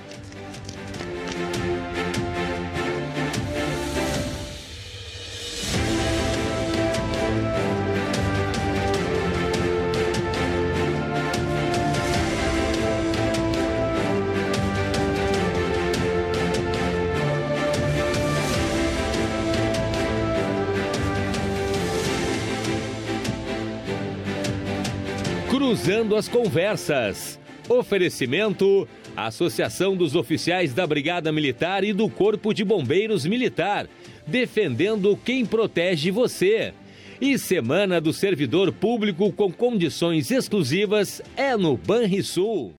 Cruzando as Conversas. Oferecimento: Associação dos Oficiais da Brigada Militar e do Corpo de Bombeiros Militar, defendendo quem protege você. E Semana do Servidor Público com condições exclusivas é no Banrisul.